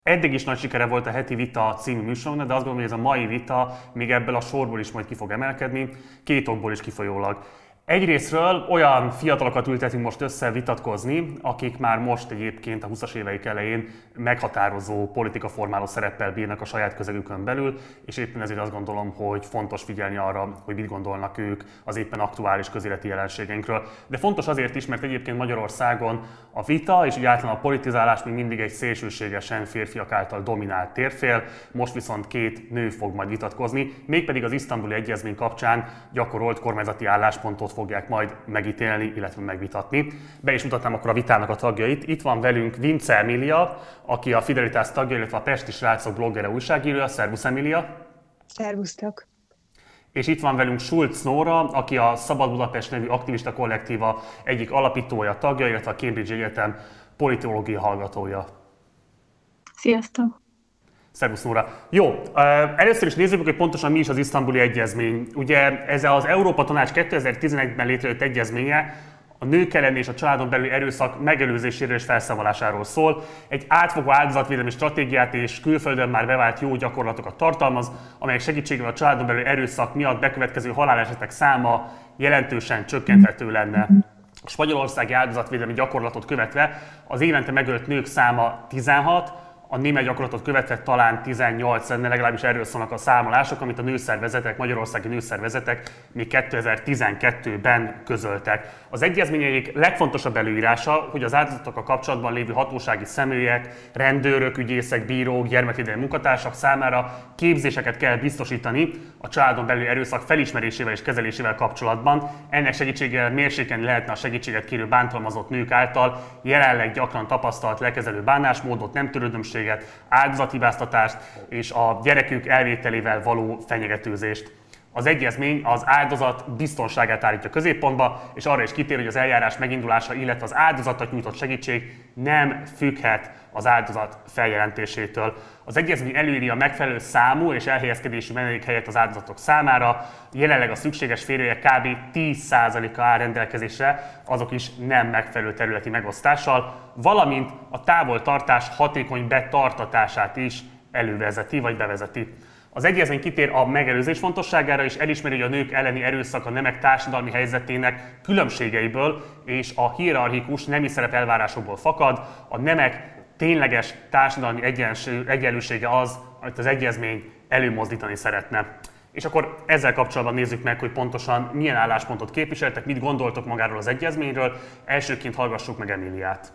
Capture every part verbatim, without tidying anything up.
Eddig is nagy sikere volt a Heti Vita című műsornak, de azt gondolom, hogy ez a mai vita még ebből a sorból is majd ki fog emelkedni, két okból is kifolyólag. Egyrésztről olyan fiatalokat ültetünk most össze vitatkozni, akik már most egyébként a húszas éveik elején meghatározó politikaformáló szereppel bírnak a saját közegükön belül, és éppen ezért azt gondolom, hogy fontos figyelni arra, hogy mit gondolnak ők az éppen aktuális közéleti jelenségeinkről. De fontos azért is, mert egyébként Magyarországon a vita és egyáltalán a politizálás még mindig egy szélsőségesen férfiak által dominált térfél, most viszont két nő fog majd vitatkozni, mégpedig az Isztambuli Egyezmény kapcsán gyakorolt kormányzati álláspontot fogják majd megítélni, illetve megvitatni. Be is mutatnám akkor a vitának a tagjait. Itt van velünk Vince Emilia, aki a Fidelitás tagja, illetve a Pesti Srácok bloggere, újságírója. Szervusz, Emilia! Szervusztok! És itt van velünk Schulz Nóra, aki a Szabad Budapest nevű aktivista kollektíva egyik alapítója, tagja, illetve a Cambridge Egyetem politológia hallgatója. Sziasztok! Szervusz, Nóra. Jó, először is nézzük, hogy pontosan mi is az Isztambuli Egyezmény. Ugye ez az Európa Tanács kétezer-tizenegyben létrejött egyezménye a nők elleni és a családon belüli erőszak megelőzéséről és felszámolásáról szól. Egy átfogó áldozatvédelmi stratégiát és külföldön már bevált jó gyakorlatokat tartalmaz, amelyek segítségével a családon belüli erőszak miatt bekövetkező halálesetek száma jelentősen csökkenthető lenne. A spanyolországi áldozatvédelmi gyakorlatot követve az évente megölt nők száma tizenhat, a német gyakorlatot követve talán tizennyolc lenne, legalábbis erről szólnak a számolások, amit a nőszervezetek, magyarországi nőszervezetek még kétezer-tizenkettőben közöltek. Az egyezmény egyik legfontosabb előírása, hogy az áldozatokkal kapcsolatban lévő hatósági személyek, rendőrök, ügyészek, bírók, gyermekvédelmi munkatársak számára képzéseket kell biztosítani a családon belüli erőszak felismerésével és kezelésével kapcsolatban. Ennek segítségével mérsékelni lehetne a segítséget kérő bántalmazott nők által jelenleg gyakran tapasztalt lekezelő bánásmódot, nem törődömséget, áldozathibáztatást és a gyerekük elvételével való fenyegetőzést. Az egyezmény az áldozat biztonságát állítja középpontba, és arra is kitér, hogy az eljárás megindulása, illetve az áldozatnak nyújtott segítség nem függhet az áldozat feljelentésétől. Az egyezmény előírja a megfelelő számú és elhelyezkedési menedékhelyet az áldozatok számára. Jelenleg a szükséges férőhelyek kb. tíz százaléka áll rendelkezésre, azok is nem megfelelő területi megosztással, valamint a távoltartás hatékony betartatását is elővezeti vagy bevezeti. Az egyezmény kitér a megelőzés fontosságára és elismeri, hogy a nők elleni erőszak a nemek társadalmi helyzetének különbségeiből és a hierarchikus nemi szerep elvárásokból fakad. A nemek tényleges társadalmi egyenlősége az, amit az egyezmény előmozdítani szeretne. És akkor ezzel kapcsolatban nézzük meg, hogy pontosan milyen álláspontot képviseltek, mit gondoltok magáról az egyezményről. Elsőként hallgassuk meg Emiliát.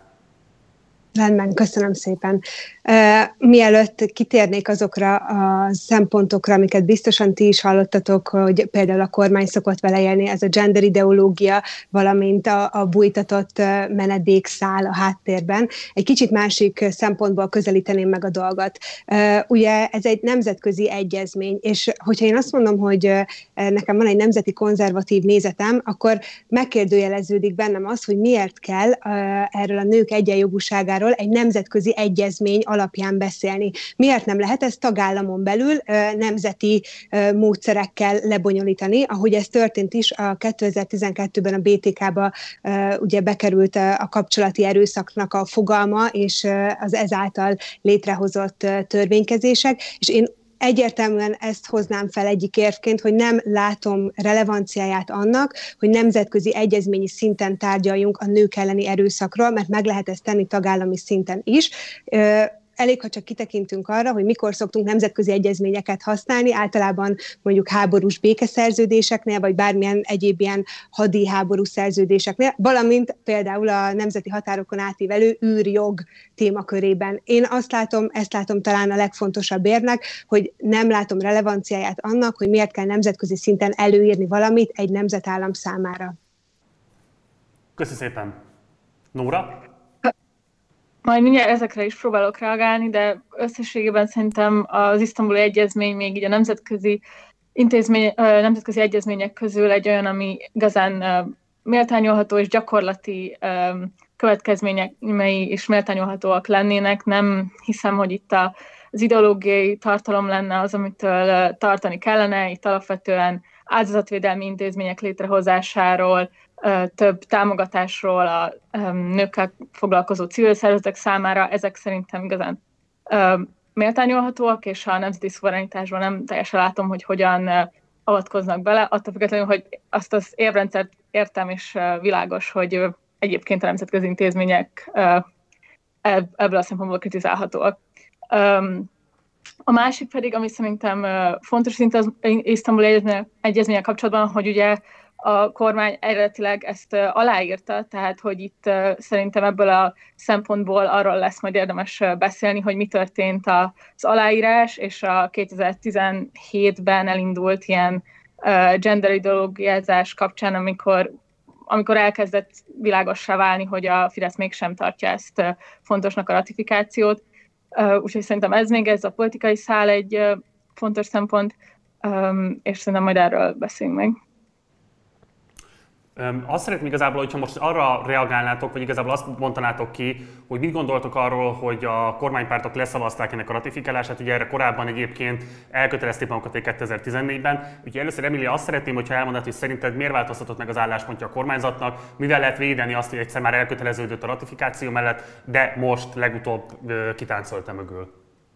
Rendben, köszönöm szépen. Uh, mielőtt kitérnék azokra a szempontokra, amiket biztosan ti is hallottatok, hogy például a kormány szokott vele élni, ez a gender ideológia, valamint a, a bújtatott menedékszál a háttérben. Egy kicsit másik szempontból közelíteném meg a dolgot. Uh, ugye ez egy nemzetközi egyezmény, és hogyha én azt mondom, hogy uh, nekem van egy nemzeti konzervatív nézetem, akkor megkérdőjeleződik bennem az, hogy miért kell uh, erről a nők egyenjogúságáról egy nemzetközi egyezmény alapján beszélni. Miért nem lehet ezt tagállamon belül nemzeti módszerekkel lebonyolítani, ahogy ez történt is a kétezer-tizenkettőben a bé té ká-ba ugye bekerült a kapcsolati erőszaknak a fogalma és az ezáltal létrehozott törvénykezések, és én egyértelműen ezt hoznám fel egyik érvként, hogy nem látom relevanciáját annak, hogy nemzetközi egyezményi szinten tárgyaljunk a nők elleni erőszakról, mert meg lehet ezt tenni tagállami szinten is. Elég, ha csak kitekintünk arra, hogy mikor szoktunk nemzetközi egyezményeket használni, általában mondjuk háborús békeszerződéseknél, vagy bármilyen egyéb ilyen hadi háború szerződéseknél, valamint például a nemzeti határokon átívelő űrjog témakörében. Én azt látom, ezt látom talán a legfontosabb érvnek, hogy nem látom relevanciáját annak, hogy miért kell nemzetközi szinten előírni valamit egy nemzetállam számára. Köszönöm szépen. Nóra? Majd mindjárt ezekre is próbálok reagálni, de összességében szerintem az Isztambuli Egyezmény még így a nemzetközi, intézmény, nemzetközi egyezmények közül egy olyan, ami igazán méltányolható és gyakorlati következményei is méltányolhatóak lennének. Nem hiszem, hogy itt az ideológiai tartalom lenne az, amitől tartani kellene. Itt alapvetően áldozatvédelmi intézmények létrehozásáról, több támogatásról a nőkkel foglalkozó civil szervezetek számára, ezek szerintem igazán méltányolhatóak, és a nemzeti szuverenitásban nem teljesen látom, hogy hogyan avatkoznak bele, attól függetlenül, hogy azt az érvrendszert értem, és világos, hogy egyébként a nemzetközi intézmények ebből a szempontból kritizálhatóak. A másik pedig, ami szerintem fontos az isztambuli egyezménnyel kapcsolatban, hogy ugye a kormány eredetileg ezt aláírta, tehát hogy itt szerintem ebből a szempontból arról lesz majd érdemes beszélni, hogy mi történt az aláírás, és a kétezer-tizenhétben elindult ilyen gender ideológiázás kapcsán, amikor, amikor elkezdett világossá válni, hogy a Fidesz mégsem tartja ezt fontosnak a ratifikációt. Úgyhogy szerintem ez még, ez a politikai szál egy fontos szempont, és szerintem majd erről beszélünk meg. Azt szeretném igazából, hogyha most arra reagálnátok, vagy igazából azt mondanátok ki, hogy mit gondoltok arról, hogy a kormánypártok leszavazták ennek a ratifikálását, ugye erre korábban egyébként elkötelezték magukat kétezer-tizennégyben. Úgyhogy először, Emilia, azt szeretném, hogyha elmondanád, hogy szerinted miért változtatott meg az álláspontja a kormányzatnak, mivel lehet védeni azt, hogy egyszer már elköteleződött a ratifikáció mellett, de most legutóbb kitáncolta mögül.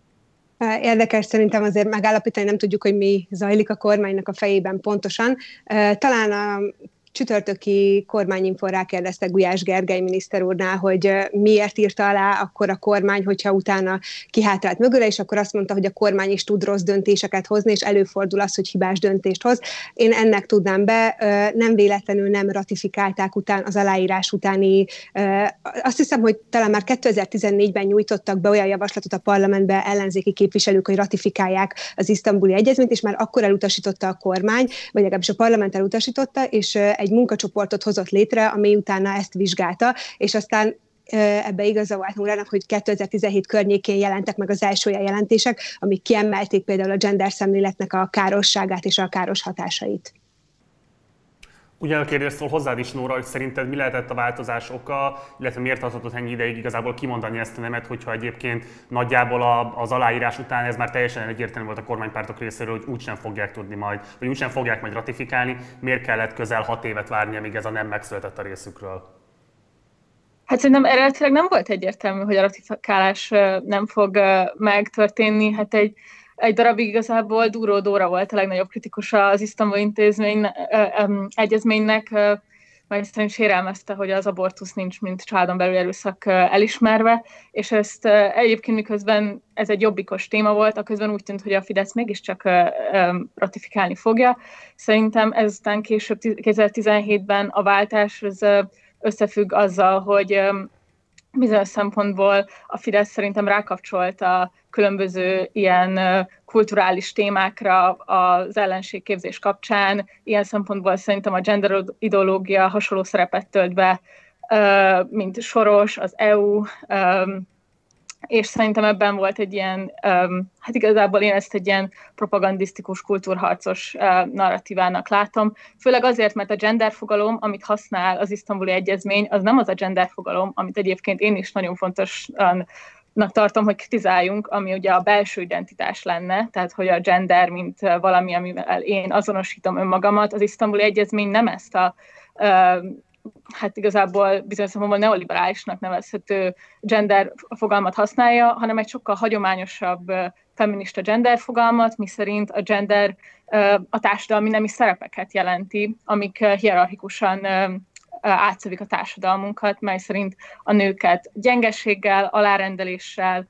Érdekes szerintem azért megállapítani, nem tudjuk, hogy mi zajlik a kormánynak a fejében pontosan. Talán a csütörtöki kormányinfón rákérdezte Gulyás Gergely miniszter úrnál, hogy miért írta alá akkor a kormány, hogyha utána kihátrált mögöle, és akkor azt mondta, hogy a kormány is tud rossz döntéseket hozni, és előfordul az, hogy hibás döntést hoz. Én ennek tudnám be, nem véletlenül nem ratifikálták után, az aláírás utáni, azt hiszem, hogy talán már kétezer-tizennégyben nyújtottak be olyan javaslatot a parlamentbe ellenzéki képviselők, hogy ratifikálják az isztambuli egyezményt, és már akkor elutasította a kormány, vagy legalábbis a parlament elutasította, és egy munkacsoportot hozott létre, ami utána ezt vizsgálta, és aztán ebbe igaza volt Nórának, hogy kétezer-tizenhét környékén jelentek meg az első olyan jelentések, amik kiemelték például a gender szemléletnek a károsságát és a káros hatásait. Ugyan a kérdés szól hozzád is, Nóra, hogy szerinted mi lehetett a változás oka, illetve miért tartott ennyi ideig igazából kimondani ezt a nemet, hogyha egyébként nagyjából az aláírás után ez már teljesen egyértelmű volt a kormánypártok részéről, hogy úgysem fogják tudni majd, vagy úgysem fogják majd ratifikálni, miért kellett közel hat évet várni, amíg ez a nem megszületett a részükről? Hát szerintem eredetileg nem volt egyértelmű, hogy a ratifikálás nem fog megtörténni. Hát egy Egy darabig igazából Dúró Dóra volt a legnagyobb kritikusa az isztambuli intézmény egyezménynek, mert szerint sérelmezte, hogy az abortusz nincs, mint családon belül erőszak elismerve, és ezt egyébként miközben ez egy jobbikos téma volt, aközben úgy tűnt, hogy a Fidesz mégiscsak ratifikálni fogja. Szerintem ezután később kétezer-tizenhétben a váltás összefügg azzal, hogy bizonyos szempontból a Fidesz szerintem rákapcsolt a különböző ilyen kulturális témákra az ellenségképzés kapcsán. Ilyen szempontból szerintem a gender ideológia hasonló szerepet tölt be, mint Soros, az é u, és szerintem ebben volt egy ilyen, hát igazából én ezt egy ilyen propagandisztikus, kultúrharcos narratívának látom. Főleg azért, mert a gender fogalom, amit használ az isztambuli egyezmény, az nem az a gender fogalom, amit egyébként én is nagyon fontosnak tartom, hogy kritizáljunk, ami ugye a belső identitás lenne, tehát hogy a gender, mint valami, amivel én azonosítom önmagamat. Az isztambuli egyezmény nem ezt a hát igazából bizonyos szempontból neoliberálisnak nevezhető gender fogalmat használja, hanem egy sokkal hagyományosabb feminista gender fogalmat, miszerint a gender a társadalmi nemi szerepeket jelenti, amik hierarchikusan átszövik a társadalmunkat, mely szerint a nőket gyengeséggel, alárendeléssel,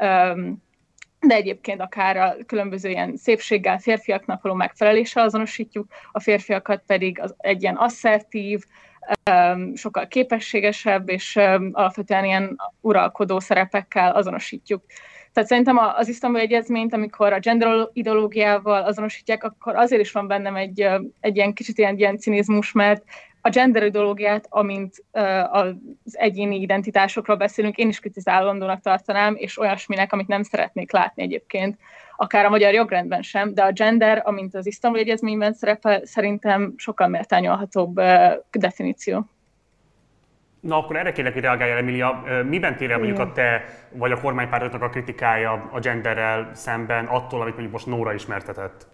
de egyébként akár a különböző ilyen szépséggel, férfiaknak való megfeleléssel azonosítjuk, a férfiakat pedig az egy ilyen asszertív, sokkal képességesebb és alapvetően ilyen uralkodó szerepekkel azonosítjuk. Tehát szerintem az isztambuli egyezményt, amikor a gender ideológiával azonosítják, akkor azért is van bennem egy, egy ilyen kicsit ilyen, ilyen cinizmus, mert a gender ideológiát, amint az egyéni identitásokról beszélünk, én is kritizálandónak tartanám, és olyasminek, amit nem szeretnék látni egyébként, akár a magyar jogrendben sem, de a gender, amint az isztambuli egyezményben szerepel, szerintem sokkal méltányolhatóbb definíció. Na akkor erre kérlek, hogy reagáljál, Emilia. Miben tér el mondjuk a te vagy a kormánypártoknak a kritikája a genderrel szemben attól, amit mondjuk most Nóra ismertetett?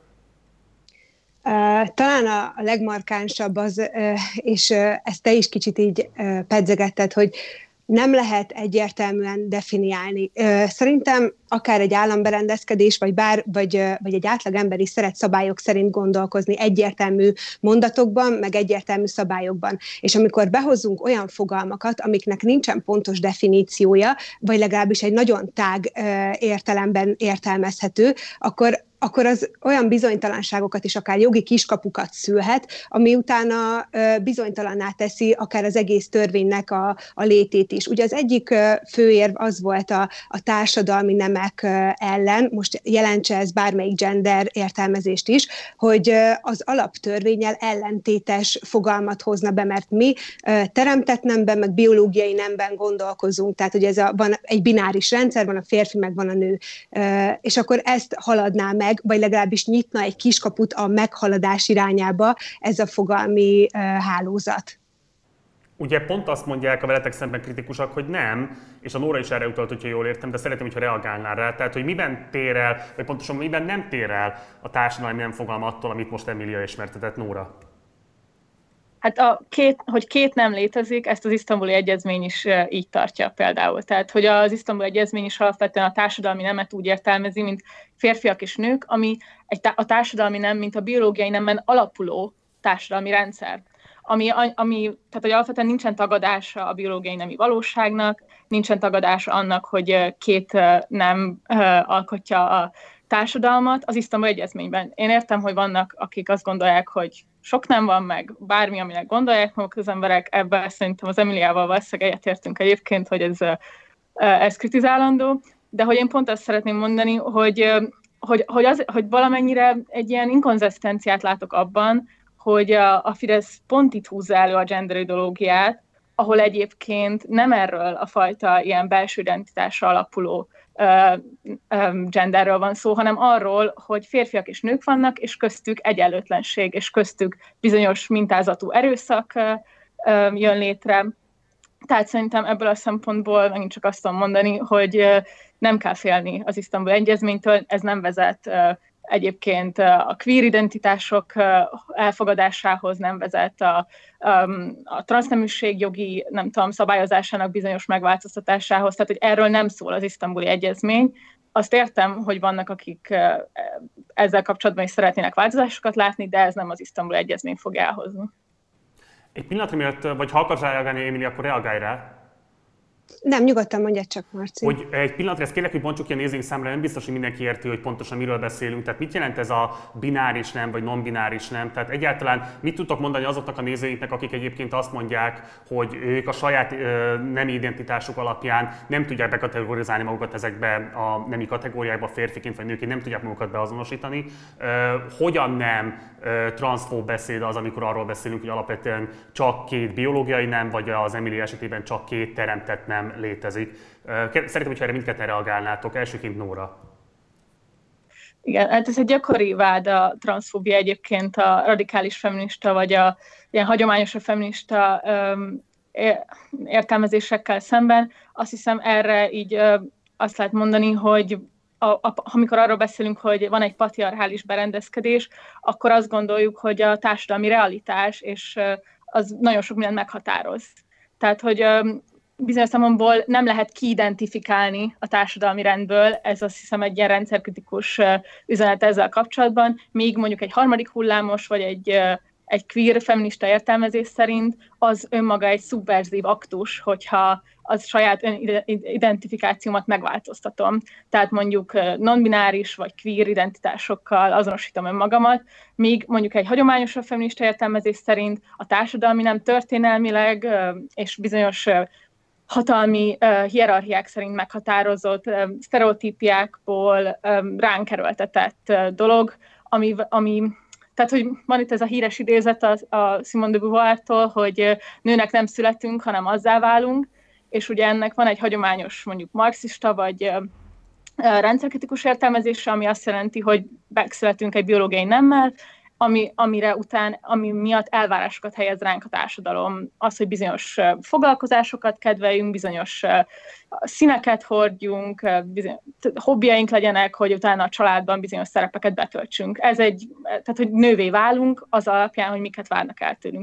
Uh, talán a, a legmarkánsabb az, uh, és uh, ezt te is kicsit így uh, pedzegetted, hogy nem lehet egyértelműen definiálni. Szerintem akár egy államberendezkedés, vagy, bár, vagy, vagy egy átlagember is szeret szabályok szerint gondolkozni egyértelmű mondatokban, meg egyértelmű szabályokban. És amikor behozunk olyan fogalmakat, amiknek nincsen pontos definíciója, vagy legalábbis egy nagyon tág értelemben értelmezhető, akkor akkor az olyan bizonytalanságokat és akár jogi kiskapukat szülhet, ami utána bizonytalanná teszi akár az egész törvénynek a, a létét is. Ugye az egyik főérv az volt a, a társadalmi nemek ellen, most jelentse ez bármelyik gender értelmezést is, hogy az alaptörvénnyel ellentétes fogalmat hozna be, mert mi teremtett nemben, meg biológiai nemben gondolkozunk, tehát hogy ez a, van egy bináris rendszer, van a férfi, meg van a nő, és akkor ezt haladná meg, vagy legalábbis nyitna egy kiskaput a meghaladás irányába ez a fogalmi uh, hálózat. Ugye pont azt mondják a veletek szemben kritikusak, hogy nem, és a Nóra is erre utalt, hogyha jól értem, de szeretném, hogyha reagálnál rá. Tehát, hogy miben tér el, vagy pontosan miben nem tér el a társadalmi nem fogalma attól, amit most Emilia ismertetett, Nóra? Hát, a két, hogy két nem létezik, ezt az isztambuli egyezmény is így tartja például. Tehát, hogy az isztambuli egyezmény is alapvetően a társadalmi nemet úgy értelmezi, mint férfiak és nők, ami egy, a társadalmi nem, mint a biológiai nemben alapuló társadalmi rendszer. Ami, ami, tehát, hogy alapvetően nincsen tagadása a biológiai nemi valóságnak, nincsen tagadása annak, hogy két nem alkotja a társadalmat az isztambuli egyezményben. Én értem, hogy vannak, akik azt gondolják, hogy sok nem van meg, bármi, aminek gondolják maguk az emberek, ebben szerintem az Emiliával valószínűleg egyetértünk egyébként, hogy ez, ez kritizálandó, de hogy én pont azt szeretném mondani, hogy, hogy, hogy, az, hogy valamennyire egy ilyen inkonzisztenciát látok abban, hogy a, a Fidesz pont itt húzza elő a gender ideológiát, ahol egyébként nem erről a fajta ilyen belső identitásra alapuló genderről van szó, hanem arról, hogy férfiak és nők vannak, és köztük egyenlőtlenség, és köztük bizonyos mintázatú erőszak jön létre. Tehát szerintem ebből a szempontból megint csak azt tudom mondani, hogy nem kell félni az isztambuli egyezménytől, ez nem vezet egyébként a queer identitások elfogadásához, nem vezet a, a transzneműség jogi, nem tudom, szabályozásának bizonyos megváltoztatásához, tehát hogy erről nem szól az isztambuli egyezmény. Azt értem, hogy vannak, akik ezzel kapcsolatban is szeretnének változásokat látni, de ez nem az isztambuli egyezmény fog elhozni. Egy pillanatra miatt, vagy ha akarsz reagálni, Émilia, akkor reagálj rá. Nem, nyugodtan mondjad csak, Marci. Hogy egy pillanatra, ezt kérlek, hogy bontsuk ki a nézőink számára, nem biztos, hogy mindenki érti, hogy pontosan miről beszélünk. Tehát mit jelent ez a bináris nem, vagy non-bináris nem? Tehát egyáltalán mit tudtok mondani azoknak a nézőinknek, akik egyébként azt mondják, hogy ők a saját ö, nemi identitásuk alapján nem tudják bekategorizálni magukat ezekbe a nemi kategóriákba, férfiként vagy nőként, nem tudják magukat beazonosítani. Ö, hogyan nem ö, transzfób beszéd az, amikor arról beszélünk, hogy alapvetően csak két biológiai nem, vagy az Emilia esetében csak két teremtett nem létezik. Szeretném, hogyha erre mindketten reagálnátok. Elsőként Nóra. Igen, hát ez egy gyakori vád a transzfóbia egyébként a radikális feminista, vagy a ilyen hagyományos a feminista um, értelmezésekkel szemben. Azt hiszem erre így uh, azt lehet mondani, hogy a, a, amikor arról beszélünk, hogy van egy patriarchális berendezkedés, akkor azt gondoljuk, hogy a társadalmi realitás, és uh, az nagyon sok mindent meghatároz. Tehát, hogy um, bizonyos számomból nem lehet kiidentifikálni a társadalmi rendből, ez azt hiszem egy ilyen rendszerkritikus üzenet ezzel kapcsolatban, míg mondjuk egy harmadik hullámos, vagy egy, egy queer feminista értelmezés szerint az önmaga egy szubverzív aktus, hogyha az saját identifikációmat megváltoztatom. Tehát mondjuk non-bináris vagy queer identitásokkal azonosítom önmagamat, míg mondjuk egy hagyományosabb feminista értelmezés szerint a társadalmi nem történelmileg és bizonyos hatalmi uh, hierarchiák szerint meghatározott uh, sztereotípiákból um, ránk erőltetett uh, dolog, ami, ami, tehát, hogy van itt ez a híres idézet a, a Simone de Beauvoir-tól, hogy uh, nőnek nem születünk, hanem azzá válunk, és ugye ennek van egy hagyományos, mondjuk marxista, vagy uh, uh, rendszerkritikus értelmezése, ami azt jelenti, hogy megszületünk egy biológiai nemmel, Ami, amire után, ami miatt elvárásokat helyez ránk a társadalom. Az, hogy bizonyos foglalkozásokat kedveljünk, bizonyos színeket hordjunk, bizonyos hobbiaink legyenek, hogy utána a családban bizonyos szerepeket betöltsünk. Ez egy, tehát, hogy nővé válunk az alapján, hogy miket várnak el tőlünk.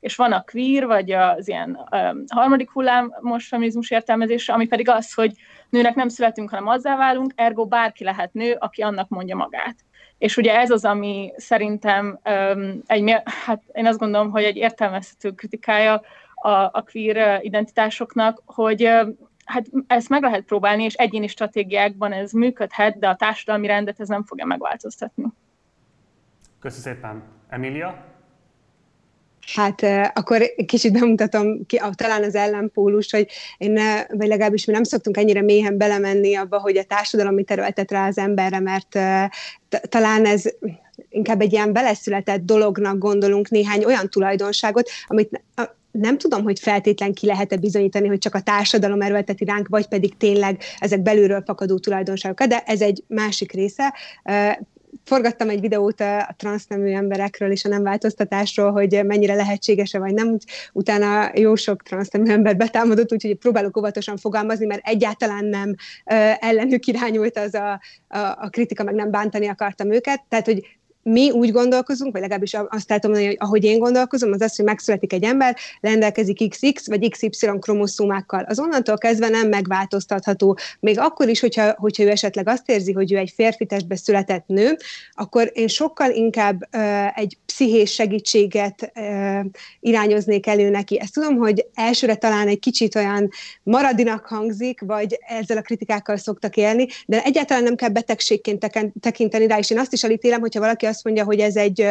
és van a queer, vagy az ilyen um, harmadik hullámos feminizmus értelmezése, ami pedig az, hogy nőnek nem születünk, hanem azzá válunk, ergo bárki lehet nő, aki annak mondja magát. És ugye ez az, ami szerintem um, egy, hát én azt gondolom, hogy egy értelmezhető kritikája a, a queer identitásoknak, hogy hát ezt meg lehet próbálni, és egyéni stratégiákban ez működhet, de a társadalmi rendet ez nem fogja megváltoztatni. Köszönöm szépen. Emília? Hát akkor kicsit bemutatom ki, talán az ellenpólust, hogy én, vagy legalábbis mi nem szoktunk ennyire mélyen belemenni abba, hogy a társadalom mit erőltet rá az emberre, mert t- talán ez inkább egy ilyen beleszületett dolognak gondolunk néhány olyan tulajdonságot, amit nem tudom, hogy feltétlen ki lehet-e bizonyítani, hogy csak a társadalom erőlteti ránk, vagy pedig tényleg ezek belülről fakadó tulajdonságok, de ez egy másik része. Forgattam egy videót a transznemű emberekről és a nem változtatásról, hogy mennyire lehetséges-e vagy nem. Utána jó sok transznemű ember betámadott, úgyhogy próbálok óvatosan fogalmazni, mert egyáltalán nem ellenük irányult az a, a, a kritika, meg nem bántani akartam őket. Tehát, hogy mi úgy gondolkozunk, vagy legalábbis azt látom mondani, hogy ahogy én gondolkozom, az az, hogy megszületik egy ember, rendelkezik iksz iksz vagy iksz ipszilon kromoszómákkal. Az onnantól kezdve nem megváltoztatható. Még akkor is, hogyha, hogyha ő esetleg azt érzi, hogy ő egy férfi testbe született nő, akkor én sokkal inkább uh, egy pszichés segítséget uh, irányoznék elő neki. Ezt tudom, hogy elsőre talán egy kicsit olyan maradinak hangzik, vagy ezzel a kritikákkal szoktak élni, de egyáltalán nem kell betegségként tekinteni rá, és én azt is elítélem, hogyha valaki azt mondja, hogy ez egy,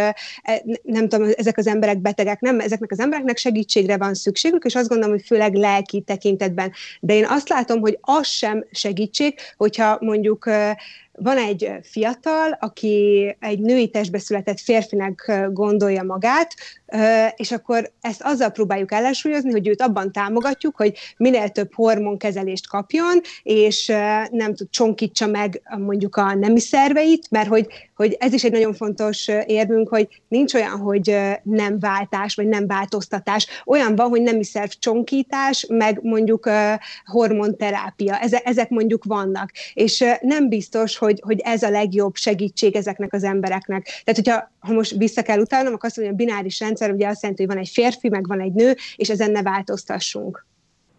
nem tudom, ezek az emberek betegek, nem, ezeknek az embereknek segítségre van szükségük, és azt gondolom, hogy főleg lelki tekintetben. De én azt látom, hogy az sem segítség, hogyha mondjuk van egy fiatal, aki egy női testbe született férfinek gondolja magát, és akkor ezt azzal próbáljuk ellensúlyozni, hogy őt abban támogatjuk, hogy minél több hormonkezelést kapjon, és nem tud csonkítsa meg mondjuk a nemi szerveit, mert hogy, hogy ez is egy nagyon fontos érvünk, hogy nincs olyan, hogy nem váltás, vagy nem változtatás. Olyan van, hogy nemi szerv csonkítás, meg mondjuk hormonterápia. Ezek mondjuk vannak. És nem biztos, hogy, hogy ez a legjobb segítség ezeknek az embereknek. Tehát, hogyha ha most vissza kell utalnom, akkor azt mondom, hogy a bináris rendszer ugye azt jelenti, hogy van egy férfi, meg van egy nő, és ezen ne változtassunk.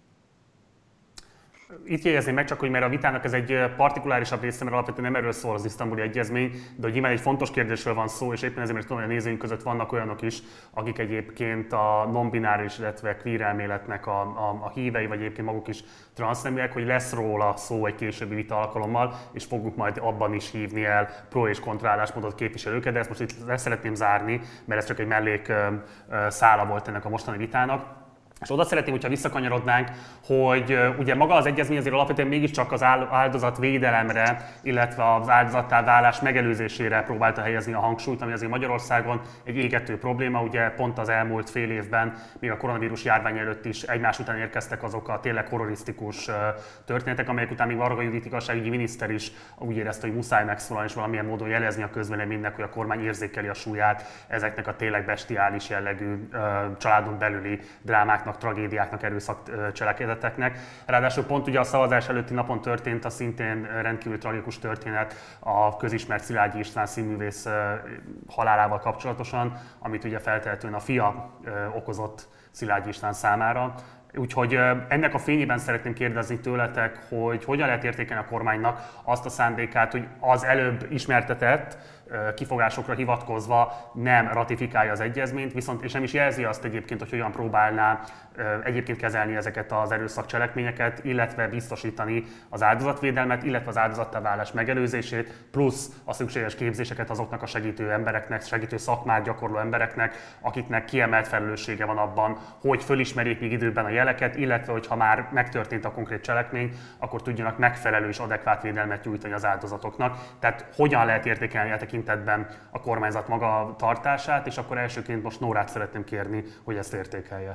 Itt jegyezném meg csak, hogy mert a vitának ez egy partikulárisabb része, mert alapvetően nem erről szól az isztambuli egyezmény, de hogy nyilván egy fontos kérdésről van szó, és éppen ezért, mert tudom, hogy a nézőink között vannak olyanok is, akik egyébként a non-bináris, illetve queer elméletnek a, a, a hívei, vagy egyébként maguk is transzneműek, hogy lesz róla szó egy későbbi vita alkalommal, és fogunk majd abban is hívni el pro és kontra álláspontot képviselőket, de ezt most itt le szeretném zárni, mert ez csak egy mellék szála volt ennek a mostani vitának. És oda szeretném, hogyha visszakanyarodnánk, hogy uh, ugye maga az egyezmény azért alapvetően mégiscsak az áldozatvédelemre, illetve az áldozattá válás megelőzésére próbálta helyezni a hangsúlyt, ami azért Magyarországon egy égető probléma. Ugye pont az elmúlt fél évben, még a koronavírus járvány előtt is egymás után érkeztek azok a tényleg horrorisztikus uh, történetek, amelyek után még Varga Judit igazságügyi miniszter is úgy érezte, hogy muszáj megszólalni és valamilyen módon jelezni a közvéleménynek, hogy a kormány érzékeli a súlyát ezeknek a tényleg bestiális jellegű uh, családon belüli drámáknak, tragédiáknak, erőszak cselekedeteknek. Ráadásul pont ugye a szavazás előtti napon történt a szintén rendkívül tragikus történet a közismert Szilágyi István színművész halálával kapcsolatosan, amit ugye feltehetően a fia okozott Szilágyi István számára. Úgyhogy ennek a fényében szeretném kérdezni tőletek, hogy hogyan lehet értékelni a kormánynak azt a szándékát, hogy az előbb ismertetett kifogásokra hivatkozva nem ratifikálja az egyezményt, viszont és nem is jelzi azt egyébként, hogy hogyan próbálná egyébként kezelni ezeket az erőszakcselekményeket, illetve biztosítani az áldozatvédelmet, illetve az áldozattá válás megelőzését, plusz a szükséges képzéseket azoknak a segítő embereknek, segítő szakmát gyakorló embereknek, akiknek kiemelt felelőssége van abban, hogy fölismerjék még időben a jeleket, illetve hogy ha már megtörtént a konkrét cselekmény, akkor tudjanak megfelelő és adekvát védelmet nyújtani az áldozatoknak. Tehát hogyan lehet értékelni a tekintetben a kormányzat maga tartását, és akkor elsőként most Nórát szeretném kérni, hogy ezt értékelje.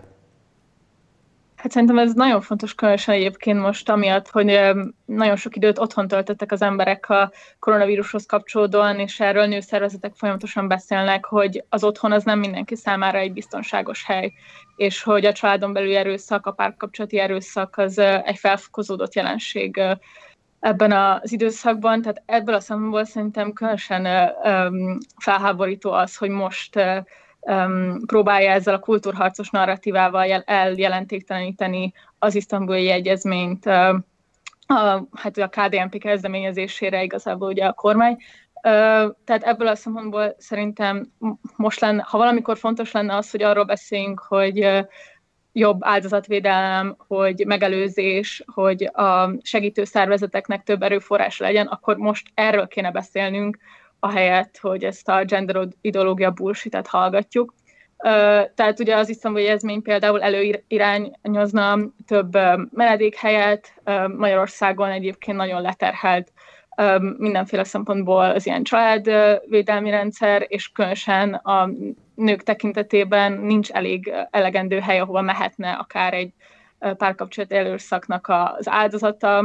Hát szerintem ez nagyon fontos, különösen egyébként most amiatt, hogy nagyon sok időt otthon töltöttek az emberek a koronavírushoz kapcsolódóan, és erről nőszervezetek folyamatosan beszélnek, hogy az otthon az nem mindenki számára egy biztonságos hely, és hogy a családon belüli erőszak, a párkapcsolati erőszak az egy felfokozódott jelenség ebben az időszakban, tehát ebből a szempontból szerintem különösen felháborító az, hogy most um, próbálja ezzel a kultúrharcos narratívával jel- eljelentékteleníteni az isztambuli egyezményt, uh, a, hát a ká dé en pé kezdeményezésére igazából ugye a kormány. Uh, tehát ebből a szempontból szerintem most lenne, ha valamikor fontos lenne az, hogy arról beszéljünk, hogy uh, jobb áldozatvédelem, hogy megelőzés, hogy a segítő szervezeteknek több erőforrása legyen, akkor most erről kéne beszélnünk, ahelyett, hogy ezt a gender ideológia bullshit-et hallgatjuk. Tehát ugye az isztambuli egyezmény például előirányozna több menedékhelyet, Magyarországon egyébként nagyon leterhelt mindenféle szempontból az ilyen családvédelmi rendszer, és különösen a nők tekintetében nincs elég elegendő hely, ahova mehetne akár egy párkapcsolati erőszaknak az áldozata.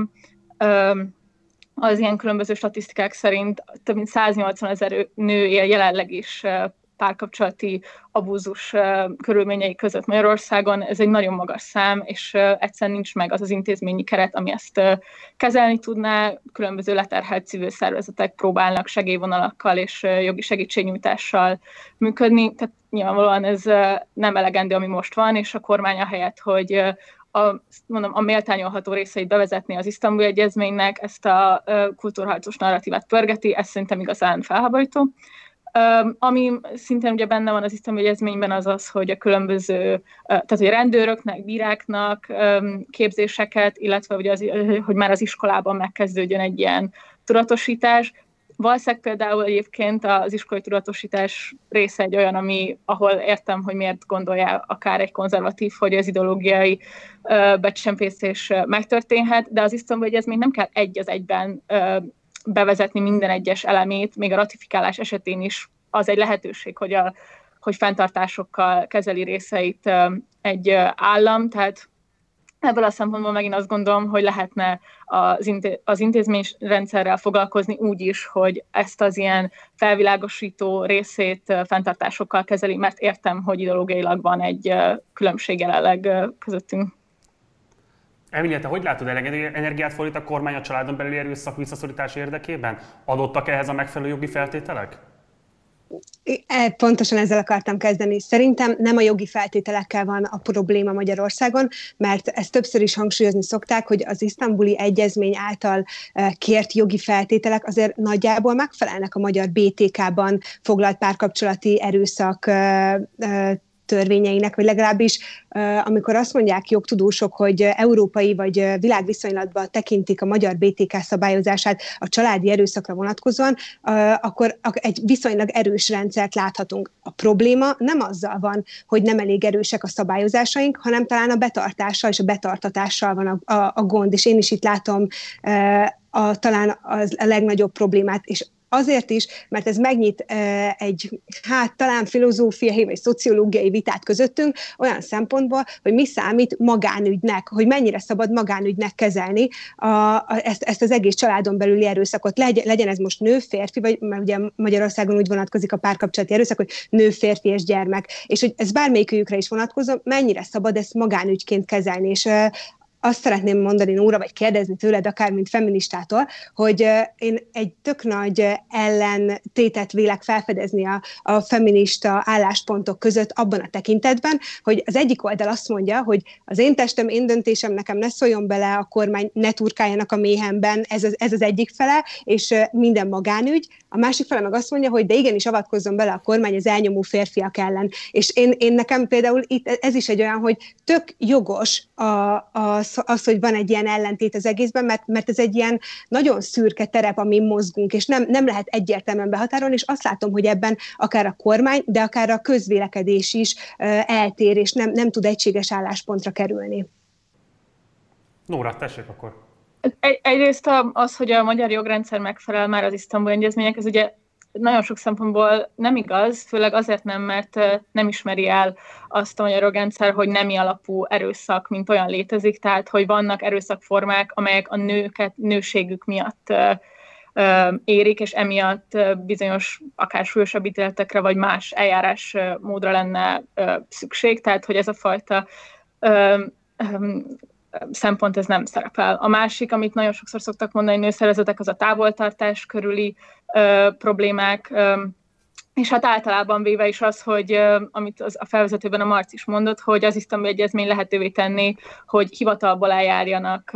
Az ilyen különböző statisztikák szerint több mint száznyolcvan ezer nő él jelenleg is párkapcsolati abúzus körülményei között Magyarországon. Ez egy nagyon magas szám, és egyszerűen nincs meg az az intézményi keret, ami ezt kezelni tudná. Különböző leterhelt civil szervezetek próbálnak segélyvonalakkal és jogi segítségnyújtással működni. Tehát nyilvánvalóan ez nem elegendő, ami most van, és a kormány ahelyett, hogy a, mondom, a méltányolható részeit bevezetni az isztambuli egyezménynek, ezt a kultúrharcos narratívát pörgeti, ez szerintem igazán felháborító. Um, ami szintén ugye benne van az isztambuli egyezményben az az, hogy a különböző, uh, tehát hogy rendőröknek, bíráknak um, képzéseket, illetve ugye az, hogy már az iskolában megkezdődjön egy ilyen tudatosítás. Valószínűleg például egyébként az iskolai tudatosítás része egy olyan, ami, ahol értem, hogy miért gondolja akár egy konzervatív, hogy az ideológiai uh, becsempészés megtörténhet, de az isztambuli egyezmény nem kell egy az egyben uh, bevezetni minden egyes elemét, még a ratifikálás esetén is az egy lehetőség, hogy, a, hogy fenntartásokkal kezeli részeit egy állam, tehát ebből a szempontból megint azt gondolom, hogy lehetne az, inté- az intézményrendszerrel foglalkozni úgy is, hogy ezt az ilyen felvilágosító részét fenntartásokkal kezeli, mert értem, hogy ideológiailag van egy különbség jelenleg közöttünk. Emilia, te hogy látod, elegendő energiát fordít a kormány a családon belüli erőszak visszaszorítása érdekében? Adottak ehhez a megfelelő jogi feltételek? Pontosan ezzel akartam kezdeni. Szerintem nem a jogi feltételekkel van a probléma Magyarországon, mert ezt többször is hangsúlyozni szokták, hogy az isztambuli egyezmény által kért jogi feltételek azért nagyjából megfelelnek a magyar bé té ká-ban foglalt párkapcsolati erőszak törvényeinek, vagy legalábbis amikor azt mondják jogtudósok, hogy európai vagy világviszonylatban tekintik a magyar bé té ká szabályozását a családi erőszakra vonatkozóan, akkor egy viszonylag erős rendszert láthatunk. A probléma nem azzal van, hogy nem elég erősek a szabályozásaink, hanem talán a betartással és a betartatással van a, a, a gond, és én is itt látom a, talán az a legnagyobb problémát, és azért is, mert ez megnyit e, egy, hát talán filozófiai vagy szociológiai vitát közöttünk, olyan szempontból, hogy mi számít magánügynek, hogy mennyire szabad magánügynek kezelni a, a, ezt, ezt az egész családon belüli erőszakot. Legyen, legyen ez most nő, férfi, vagy mert ugye Magyarországon úgy vonatkozik a párkapcsolati erőszak, hogy nő, férfi és gyermek. És hogy ez bármelyikőjükre is vonatkozó, mennyire szabad ezt magánügyként kezelni. És e, azt szeretném mondani, Nóra, vagy kérdezni tőled, akár mint feministától, hogy én egy tök nagy ellentétet vélek felfedezni a, a feminista álláspontok között abban a tekintetben, hogy az egyik oldal azt mondja, hogy az én testem, én döntésem, nekem ne szóljon bele, a kormány ne turkáljanak a méhemben, ez az, ez az egyik fele, és minden magánügy. A másik fele meg azt mondja, hogy de igenis avatkozzon bele a kormány az elnyomó férfiak ellen. És én, én nekem például itt ez is egy olyan, hogy tök jogos a, a az, hogy van egy ilyen ellentét az egészben, mert, mert ez egy ilyen nagyon szürke terep, amin mozgunk, és nem, nem lehet egyértelműen behatárolni, és azt látom, hogy ebben akár a kormány, de akár a közvélekedés is uh, eltér, és nem, nem tud egységes álláspontra kerülni. Nóra, tessék akkor. Egy, egyrészt az, hogy a magyar jogrendszer megfelel már az isztambuli egyezmények, ez ugye nagyon sok szempontból nem igaz, főleg azért nem, mert nem ismeri el azt a magyar jogrendszer, hogy nemi alapú erőszak, mint olyan létezik, tehát hogy vannak erőszakformák, amelyek a nőket nőségük miatt érik, és emiatt bizonyos akár súlyosabb ítéletekre, vagy más eljárásmódra lenne szükség, tehát hogy ez a fajta szempont ez nem szerepel. A másik, amit nagyon sokszor szoktak mondani nőszervezetek, az a távoltartás körüli ö, problémák. Ö, És hát általában véve is az, hogy amit az a felvezetőben a Marci is mondott, hogy az isztambuli egyezmény lehetővé tenni, hogy hivatalból eljárjanak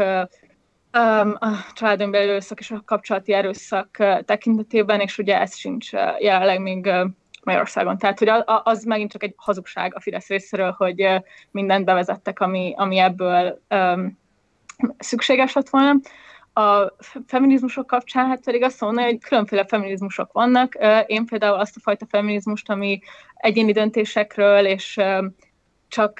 a családon belül erőszak és a kapcsolati erőszak tekintetében, és ugye ez sincs jelenleg még Magyarországon. Tehát, hogy az megint csak egy hazugság a Fidesz részéről, hogy mindent bevezettek, ami, ami ebből um, szükséges lett volna. A feminizmusok kapcsán hát pedig azt mondani, hogy különféle feminizmusok vannak. Én például azt a fajta feminizmust, ami egyéni döntésekről és csak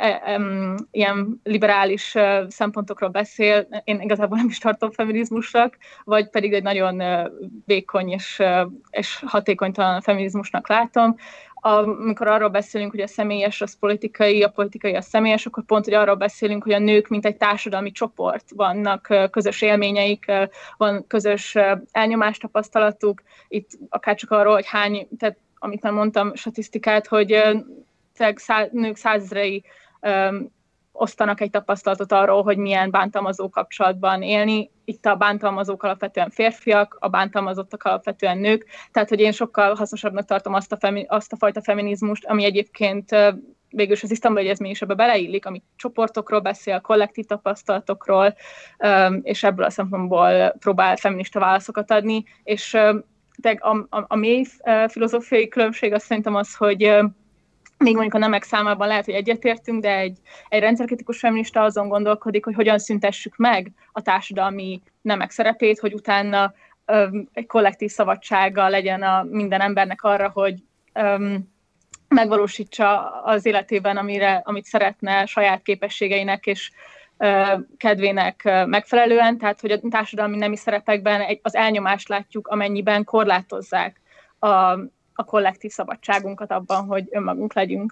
ilyen liberális szempontokról beszél, én igazából nem is tartom feminizmusnak, vagy pedig egy nagyon vékony és, és hatékonytalan feminizmusnak látom. Amikor arról beszélünk, hogy a személyes az politikai, a politikai a személyes, akkor pont, hogy arról beszélünk, hogy a nők, mint egy társadalmi csoport, vannak közös élményeik, van közös elnyomástapasztalatuk, itt akárcsak arról, hogy hány, tehát amit már mondtam, statisztikát, hogy nők százezrei öm, osztanak egy tapasztalatot arról, hogy milyen bántalmazó kapcsolatban élni. Itt a bántalmazók alapvetően férfiak, a bántalmazottak alapvetően nők. Tehát, hogy én sokkal hasznosabbnak tartom azt a, femi- azt a fajta feminizmust, ami egyébként végülis az isztambuli egyezmény is ebbe beleillik, ami csoportokról beszél, kollektív tapasztalatokról, és ebből a szempontból próbál feminista válaszokat adni. És a, a, a mély filozófiai különbség azt szerintem az, hogy még mondjuk a nemek számában lehet, hogy egyetértünk, de egy, egy rendszerkritikus feminista azon gondolkodik, hogy hogyan szüntessük meg a társadalmi nemek szerepét, hogy utána öm, egy kollektív szabadsága legyen a minden embernek arra, hogy öm, megvalósítsa az életében, amire, amit szeretne saját képességeinek és ö, kedvének ö, megfelelően. Tehát, hogy a társadalmi nemi szerepekben egy, az elnyomást látjuk, amennyiben korlátozzák a a kollektív szabadságunkat abban, hogy önmagunk legyünk.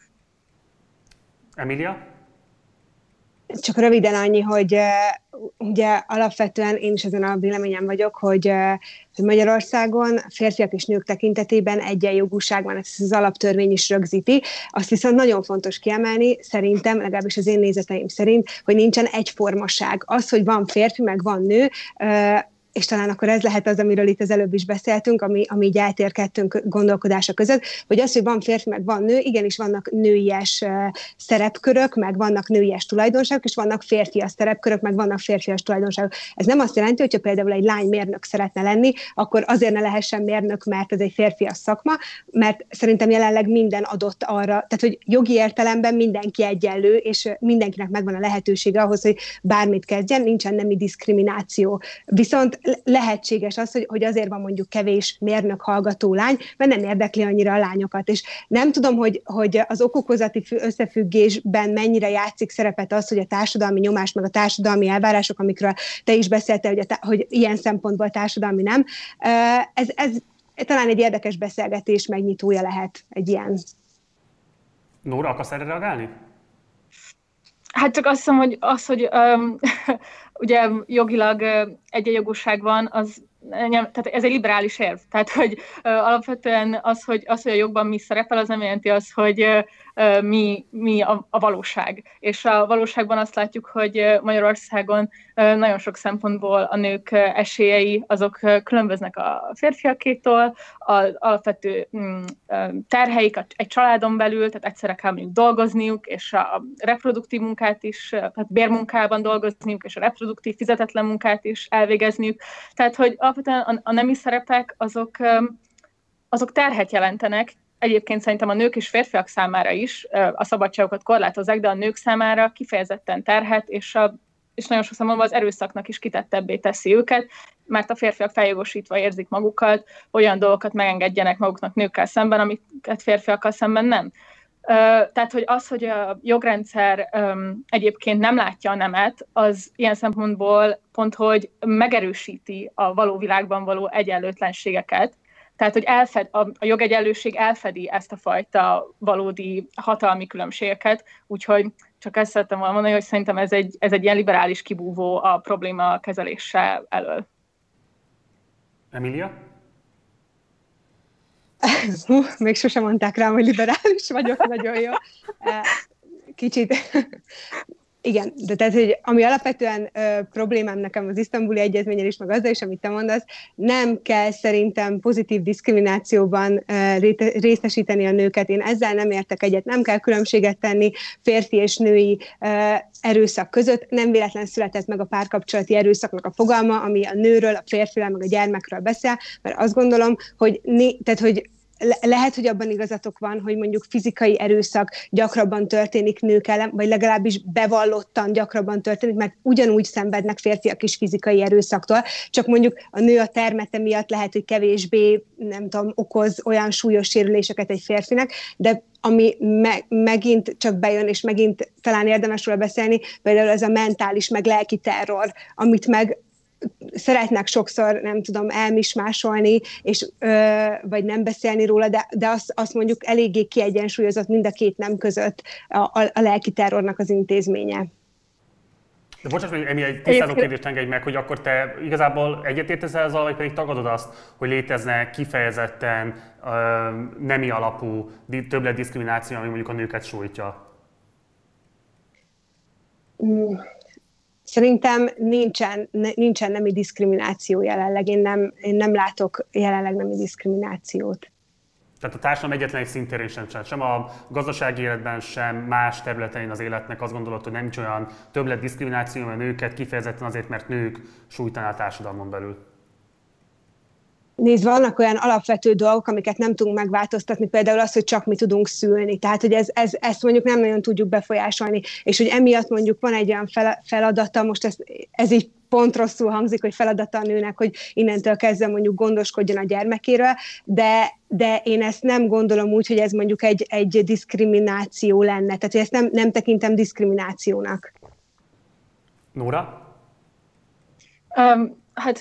Emilia? Csak röviden annyi, hogy uh, ugye alapvetően én is ezen a véleményen vagyok, hogy, uh, hogy Magyarországon férfiak és nők tekintetében egyenjogúság van, ezt az alaptörvény is rögzíti. Azt viszont nagyon fontos kiemelni, szerintem, legalábbis az én nézeteim szerint, hogy nincsen egyformaság. Az, hogy van férfi, meg van nő, uh, és talán akkor ez lehet az, amiről itt az előbb is beszéltünk, ami, ami így eltér kettőnk gondolkodása között, hogy az, hogy van férfi, meg van nő, igenis vannak nőies uh, szerepkörök, meg vannak nőies tulajdonságok, és vannak férfias szerepkörök, meg vannak férfias tulajdonságok. Ez nem azt jelenti, hogyha például egy lány mérnök szeretne lenni, akkor azért ne lehessen mérnök, mert ez egy férfias szakma, mert szerintem jelenleg minden adott arra, tehát hogy jogi értelemben mindenki egyenlő, és mindenkinek megvan a lehetősége ahhoz, hogy bármit kezdjen, nincsen nemi diszkrimináció. Viszont lehetséges az, hogy, hogy azért van mondjuk kevés mérnök hallgató lány, mert nem érdekli annyira a lányokat. És nem tudom, hogy, hogy az okokozati összefüggésben mennyire játszik szerepet az, hogy a társadalmi nyomás, meg a társadalmi elvárások, amikről te is beszéltél, hogy, a, hogy ilyen szempontból társadalmi nem. Ez, ez talán egy érdekes beszélgetés megnyitója lehet egy ilyen. Nóra, akarsz erre reagálni? Hát csak azt hiszem, hogy az, hogy um, ugye jogilag uh, egyenjogúság van, az, tehát ez egy liberális érv. Tehát, hogy uh, alapvetően az hogy, az, hogy a jogban mi szerepel, az nem jelenti azt, hogy uh, mi, mi a, a valóság. És a valóságban azt látjuk, hogy Magyarországon uh, nagyon sok szempontból a nők uh, esélyei, azok uh, különböznek a férfiakétól, az alapvető um, terheik egy családon belül, tehát egyszerre kell mondjuk dolgozniuk, és a reproduktív munkát is, tehát bérmunkában dolgozniuk, és a reproduktív fizetetlen munkát is elvégezniük. Tehát, hogy alapvetően a, a nemi szerepek azok, azok terhet jelentenek. Egyébként szerintem a nők és férfiak számára is a szabadságokat korlátozzák, de a nők számára kifejezetten terhet, és, a, és nagyon sok számomra az erőszaknak is kitettebbé teszi őket, mert a férfiak feljogosítva érzik magukat, olyan dolgokat megengedjenek maguknak nőkkel szemben, amiket férfiakkal szemben nem. Tehát, hogy az, hogy a jogrendszer egyébként nem látja a nemet, az ilyen szempontból pont, hogy megerősíti a való világban való egyenlőtlenségeket. Tehát, hogy elfed, a, a jogegyenlőség elfedi ezt a fajta valódi hatalmi különbségeket, úgyhogy csak ezt szerettem volna mondani, hogy szerintem ez egy, ez egy ilyen liberális kibúvó a probléma kezelése elől. Emilia? Hú, még sosem mondták rám, hogy liberális vagyok, nagyon jó. Kicsit Igen, de tehát, hogy ami alapvetően ö, problémám nekem az isztambuli egyezménnyel is, meg azzal is, amit te mondasz, nem kell szerintem pozitív diszkriminációban ö, részesíteni a nőket. Én ezzel nem értek egyet, nem kell különbséget tenni férfi és női ö, erőszak között. Nem véletlen született meg a párkapcsolati erőszaknak a fogalma, ami a nőről, a férfiről, meg a gyermekről beszél, mert azt gondolom, hogy, né, tehát, hogy lehet, hogy abban igazatok van, hogy mondjuk fizikai erőszak gyakrabban történik nők ellen, vagy legalábbis bevallottan gyakrabban történik, mert ugyanúgy szenvednek férfiak is fizikai erőszaktól, csak mondjuk a nő a termete miatt lehet, hogy kevésbé, nem tudom, okoz olyan súlyos sérüléseket egy férfinek, de ami me- megint csak bejön, és megint talán érdemes róla beszélni, például ez a mentális, meg lelki terror, amit meg szeretnek sokszor, nem tudom, elmismásolni, és, ö, vagy nem beszélni róla, de, de azt, azt mondjuk eléggé kiegyensúlyozott mind a két nem között a, a, a lelki terrornak az intézménye. De bocsánat, hogy Emi, egy tisztázó kérdést engedj meg, hogy akkor te igazából egyetértesz ezzel, vagy pedig tagadod azt, hogy létezne kifejezetten ö, nemi alapú többlet diszkrimináció, ami mondjuk a nőket sújtja? Mm. Szerintem nincsen, nincsen nemi diszkrimináció jelenleg. Én nem, én nem látok jelenleg nemi diszkriminációt. Tehát a társadalom egyetlen egy szintérén sem, sem a gazdasági életben, sem más területein az életnek azt gondolod, hogy nem nincs olyan többlet diszkrimináció, a nőket kifejezetten azért, mert nők sújtaná a társadalmon belül. Nézd, vannak olyan alapvető dolgok, amiket nem tudunk megváltoztatni, például az, hogy csak mi tudunk szülni. Tehát, hogy ez, ez, ezt mondjuk nem nagyon tudjuk befolyásolni, és hogy emiatt mondjuk van egy olyan feladata, most ez, ez így pont rosszul hangzik, hogy feladata a nőnek, hogy innentől kezdve mondjuk gondoskodjon a gyermekéről, de, de én ezt nem gondolom úgy, hogy ez mondjuk egy, egy diszkrimináció lenne. Tehát, hogy ezt nem, nem tekintem diszkriminációnak. Nóra? Um, hát,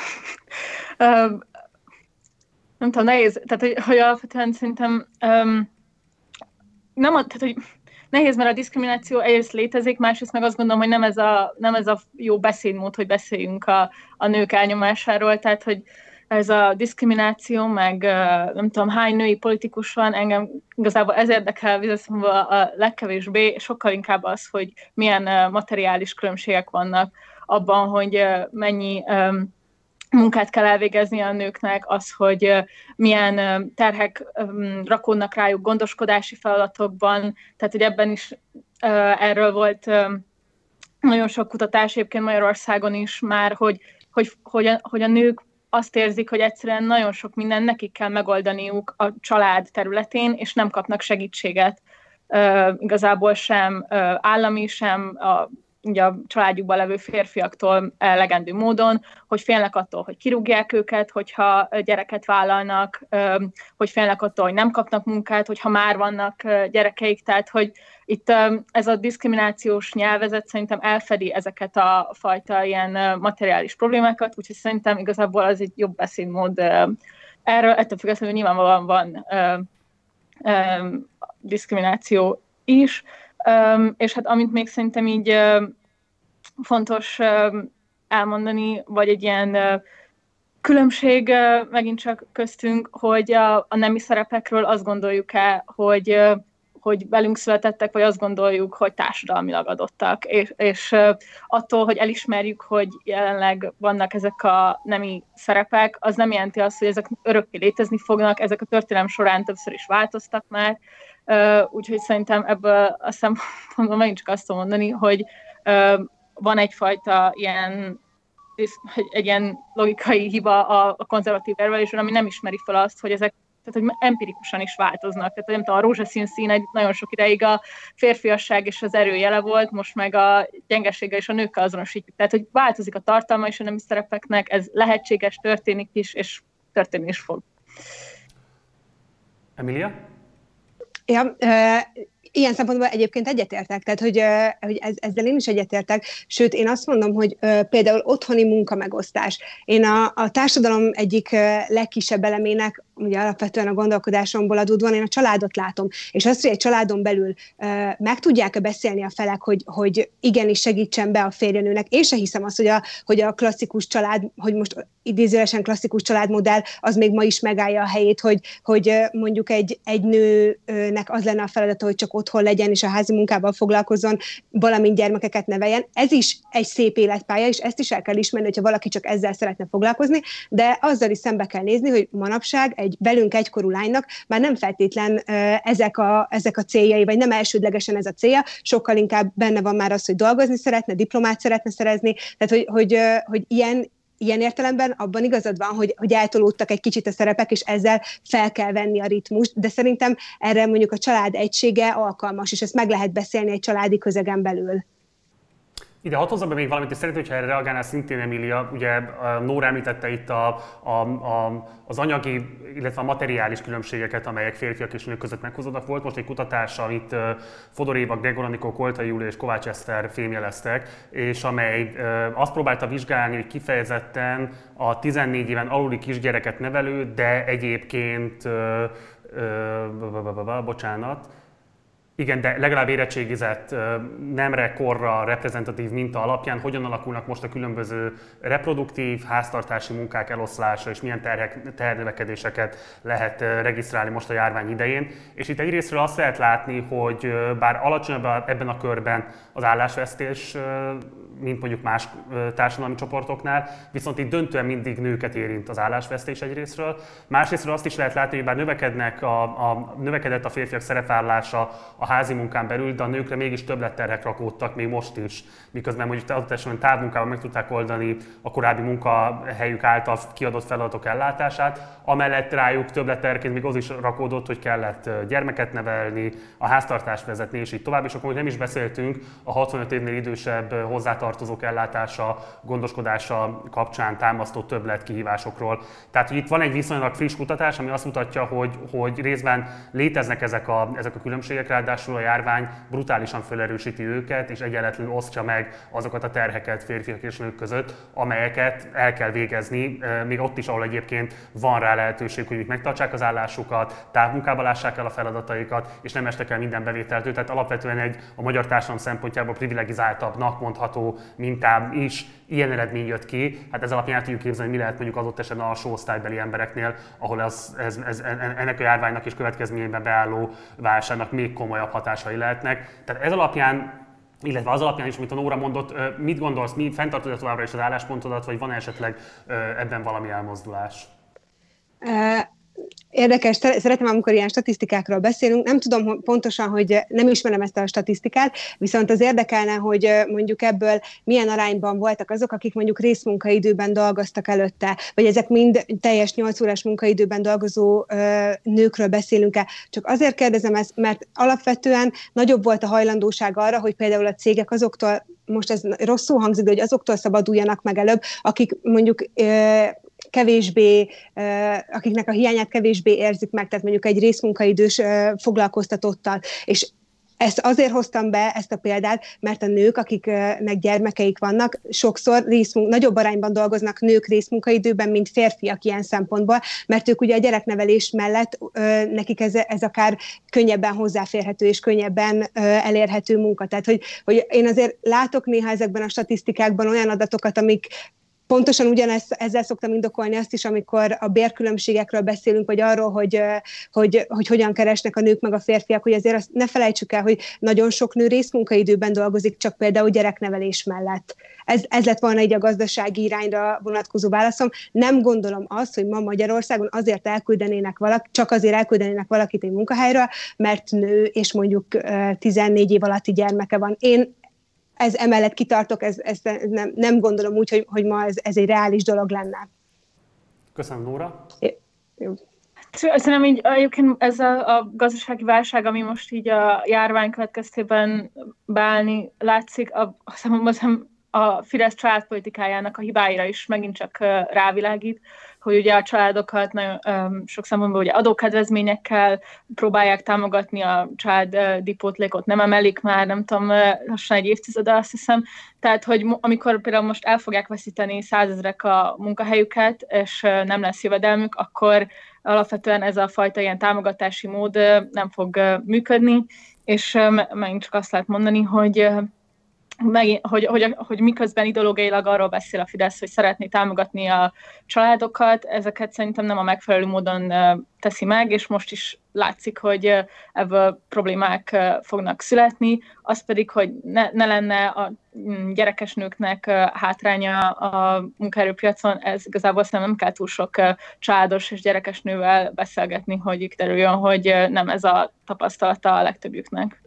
um, nem tudom, nehéz, tehát hogy, hogy alapvetően szerintem um, nem, tehát, hogy nehéz, mert a diszkrimináció egyrészt létezik, másrészt meg azt gondolom, hogy nem ez a, nem ez a jó beszédmód, hogy beszéljünk a, a nők elnyomásáról, tehát hogy ez a diszkrimináció, meg nem tudom, hány női politikus van, engem igazából ez érdekel viszont a legkevésbé, sokkal inkább az, hogy milyen materiális különbségek vannak abban, hogy mennyi munkát kell elvégezni a nőknek, az, hogy milyen terhek rakódnak rájuk gondoskodási feladatokban, tehát hogy ebben is erről volt nagyon sok kutatás, egyébként Magyarországon is már, hogy, hogy, hogy, a, hogy a nők azt érzik, hogy egyszerűen nagyon sok minden nekik kell megoldaniuk a család területén, és nem kapnak segítséget igazából sem állami, sem a ugye a családjukban levő férfiaktól elegendő módon, hogy félnek attól, hogy kirúgják őket, hogyha gyereket vállalnak, hogy félnek attól, hogy nem kapnak munkát, hogyha már vannak gyerekeik, tehát hogy itt ez a diszkriminációs nyelvezet szerintem elfedi ezeket a fajta ilyen materiális problémákat, úgyhogy szerintem igazából az egy jobb beszédmód. Erről ettől függetlenül nyilvánvalóan van diszkrimináció is, Um, és hát amit még szerintem így uh, fontos uh, elmondani, vagy egy ilyen uh, különbség uh, megint csak köztünk, hogy a, a nemi szerepekről azt gondoljuk-e, hogy, uh, hogy velünk születettek, vagy azt gondoljuk, hogy társadalmilag adottak. És, és uh, attól, hogy elismerjük, hogy jelenleg vannak ezek a nemi szerepek, az nem jelenti azt, hogy ezek örökké létezni fognak, ezek a történelem során többször is változtak már. Uh, úgyhogy szerintem ebből a szempontból megint csak azt tudom mondani, hogy uh, van egyfajta ilyen, egy ilyen logikai hiba a, a konzervatív érvelésben, ami nem ismeri fel azt, hogy ezek tehát, hogy empirikusan is változnak. Tehát nem tudom, a rózsaszín szín egy nagyon sok ideig a férfiasság és az erő jele volt, most meg a gyengeséggel és a nőkkel azonosítjuk. Tehát, hogy változik a tartalma és a nemi szerepeknek, ez lehetséges, történik is, és történni is fog. Emilia? Ja, uh, ilyen szempontból egyébként egyetértek, tehát hogy, uh, hogy ez, ezzel én is egyetértek, sőt én azt mondom, hogy uh, például otthoni munkamegosztás. Én a, a társadalom egyik uh, legkisebb elemének ugye alapvetően a gondolkodásomból adódóan én a családot látom, és azt, hogy egy családon belül uh, meg tudják beszélni a felek, hogy, hogy igenis segítsen be a férjenőnek. Én se hiszem azt, hogy a, hogy a klasszikus család, hogy most idézőjelesen klasszikus családmodell, az még ma is megállja a helyét, hogy, hogy mondjuk egy, egy nőnek az lenne a feladata, hogy csak otthon legyen, és a házi munkával foglalkozzon, valamint gyermekeket neveljen. Ez is egy szép életpálya, és ezt is el kell ismerni, hogyha valaki csak ezzel szeretne foglalkozni, de azzal is szembe kell nézni, hogy manapság egy velünk egykorú lánynak már nem feltétlen ezek a, ezek a céljai, vagy nem elsődlegesen ez a célja, sokkal inkább benne van már az, hogy dolgozni szeretne, diplomát szeretne szerezni, tehát hogy, hogy, hogy ilyen Ilyen értelemben abban igazad van, hogy, hogy eltolódtak egy kicsit a szerepek, és ezzel fel kell venni a ritmust, de szerintem erre mondjuk a család egysége alkalmas, és ezt meg lehet beszélni egy családi közegen belül. Ide hadd hozzam be még valamit, és szeretném, hogyha erre reagálnál szintén, Emília. Ugye Nóra említette itt a, a, a, az anyagi, illetve a materiális különbségeket, amelyek férfiak és nők között meghozódnak. Volt most egy kutatás, amit Fodor Éva, Gregor Anikó, Koltai Júlia és Kovács Eszter fémjeleztek, és amely azt próbálta vizsgálni, hogy kifejezetten a tizennégy éven aluli kisgyereket nevelő, de egyébként, ö, ö, bocsánat, igen, de legalább érettségizett, nemre, korra reprezentatív minta alapján hogyan alakulnak most a különböző reproduktív, háztartási munkák eloszlása, és milyen terhek, terhnövekedéseket lehet regisztrálni most a járvány idején. És itt egyrésztről azt lehet látni, hogy bár alacsonyabb ebben a körben az állásvesztés, mint mondjuk más társadalmi csoportoknál, viszont itt döntően mindig nőket érint az állásvesztés egyrésztről. Másrésztről azt is lehet látni, hogy bár növekednek a, a, növekedett a férfiak szerepvállalása a házi munkán belül, de a nőkre mégis többletterhek rakódtak még most is, miközben mondjuk adott esetben távmunkában meg tudták oldani a korábbi munkahelyük által kiadott feladatok ellátását, amellett rájuk többletterként még az is rakódott, hogy kellett gyermeket nevelni, a háztartást vezetni, és így tovább, és akkor nem is beszéltünk a hatvanöt évnél idősebb hozzátartozók ellátása, gondoskodása kapcsán támasztott többlet kihívásokról. Tehát, hogy itt van egy viszonylag friss kutatás, ami azt mutatja, hogy, hogy részben léteznek ezek a, ezek a különbségek, ráadásul a járvány brutálisan felerősíti őket, és egyenletlenül osztja meg azokat a terheket férfiak és nők között, amelyeket el kell végezni, még ott is, ahol egyébként van rá lehetőség, hogy megtartsák az állásukat, távmunkába lássák el a feladataikat, és nem estek el minden bevételtől. Tehát alapvetően egy a magyar társadalom szempontjából privilegizáltabbnak mondható mintám is ilyen eredmény jött ki. Hát ez alapján el tudjuk képzelni, mi lehet mondjuk adott esetben alsó osztálybeli embereknél, ahol ez, ez, ez, ennek a járványnak és következményében beálló válságnak még komolyabb hatásai lehetnek. Tehát ez alapján, illetve az alapján is, amit a Nóra mondott, mit gondolsz, mi fenntartod továbbra is az álláspontodat, vagy van esetleg ebben valami elmozdulás? Érdekes, szeretem, amikor ilyen statisztikákról beszélünk. Nem tudom hogy pontosan, hogy nem ismerem ezt a statisztikát, viszont az érdekelne, hogy mondjuk ebből milyen arányban voltak azok, akik mondjuk részmunkaidőben dolgoztak előtte, vagy ezek mind teljes nyolc órás munkaidőben dolgozó ö, nőkről beszélünk-e. Csak azért kérdezem ezt, mert alapvetően nagyobb volt a hajlandóság arra, hogy például a cégek azoktól, most ez rosszul hangzik, de hogy azoktól szabaduljanak meg előbb, akik mondjuk ö, kevésbé, akiknek a hiányát kevésbé érzik meg, tehát mondjuk egy részmunkaidős foglalkoztatottal. És ezt azért hoztam be, ezt a példát, mert a nők, akiknek gyermekeik vannak, sokszor részmunk, nagyobb arányban dolgoznak nők részmunkaidőben, mint férfiak ilyen szempontból, mert ők ugye a gyereknevelés mellett nekik ez, ez akár könnyebben hozzáférhető és könnyebben elérhető munka. Tehát, hogy, hogy én azért látok néha ezekben a statisztikákban olyan adatokat, amik pontosan ugyanezt, ezzel szoktam indokolni azt is, amikor a bérkülönbségekről beszélünk, vagy arról, hogy, hogy, hogy hogyan keresnek a nők meg a férfiak, hogy azért azt ne felejtsük el, hogy nagyon sok nő részmunkaidőben dolgozik, csak például gyereknevelés mellett. Ez, ez lett volna így a gazdasági irányra vonatkozó válaszom. Nem gondolom azt, hogy ma Magyarországon azért elküldenének valaki, csak azért elküldenének valakit egy munkahelyről, mert nő, és mondjuk tizennégy év alatti gyermeke van. Én Ez emellett kitartok, ez, ez nem, nem gondolom úgy, hogy, hogy ma ez, ez egy reális dolog lenne. Köszönöm, Nóra. Jó. Szerintem így egyébként ez a, a gazdasági válság, ami most így a járvány következtében beállni látszik, a, a, a Fidesz családpolitikájának a hibáira is megint csak rávilágít, hogy ugye a családokat nagyon um, sok szempontból ugye adókedvezményekkel próbálják támogatni, a család uh, dipótlékot nem emelik már, nem tudom, uh, lassan egy évtizede, azt hiszem. Tehát, hogy mo- amikor például most el fogják veszíteni százezrek a munkahelyüket, és uh, nem lesz jövedelmük, akkor alapvetően ez a fajta ilyen támogatási mód nem fog működni, és megint csak azt lehet mondani, hogy Megint, hogy, hogy, hogy miközben ideológiailag arról beszél a Fidesz, hogy szeretné támogatni a családokat, ezeket szerintem nem a megfelelő módon teszi meg, és most is látszik, hogy ebből problémák fognak születni. Az pedig, hogy ne, ne lenne a gyerekes nőknek hátránya a munkaerőpiacon, ez igazából szerintem nem kell túl sok családos és gyerekes nővel beszélgetni, hogy kiderüljön, hogy nem ez a tapasztalata a legtöbbjüknek.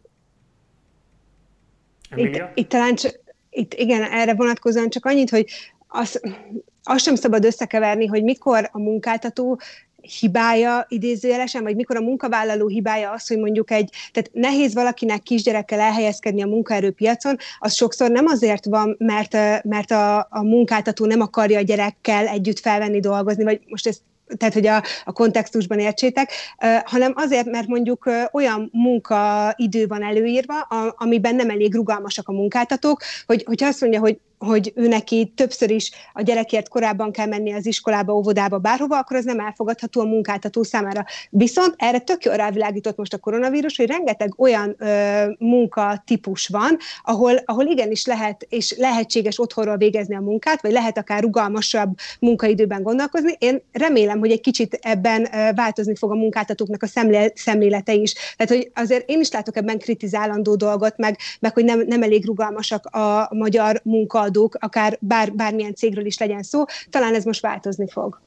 Itt, itt talán csak, itt igen, erre vonatkozóan csak annyit, hogy az, azt sem szabad összekeverni, hogy mikor a munkáltató hibája idézőjelesen, vagy mikor a munkavállaló hibája az, hogy mondjuk egy, tehát nehéz valakinek kisgyerekkel elhelyezkedni a munkaerőpiacon, az sokszor nem azért van, mert, mert a, a munkáltató nem akarja a gyerekkel együtt felvenni, dolgozni, vagy most ezt tehát, hogy a, a kontextusban értsétek, uh, hanem azért, mert mondjuk uh, olyan munkaidő van előírva, a, amiben nem elég rugalmasak a munkáltatók, hogy, hogy azt mondja, hogy hogy ő neki többször is a gyerekért korábban kell menni az iskolába, óvodába, bárhova, akkor az nem elfogadható a munkáltató számára. Viszont erre tök jól rávilágított most a koronavírus, hogy rengeteg olyan ö, munkatípus van, ahol, ahol igenis lehet, és lehetséges otthonról végezni a munkát, vagy lehet akár rugalmasabb munkaidőben gondolkozni. Én remélem, hogy egy kicsit ebben ö, változni fog a munkáltatóknak a szemlé, szemlélete is. Tehát, hogy azért én is látok ebben kritizálandó dolgot, meg, meg hogy nem, nem elég rugalmasak a magyar munka akár bár, bármilyen cégről is legyen szó, talán ez most változni fog.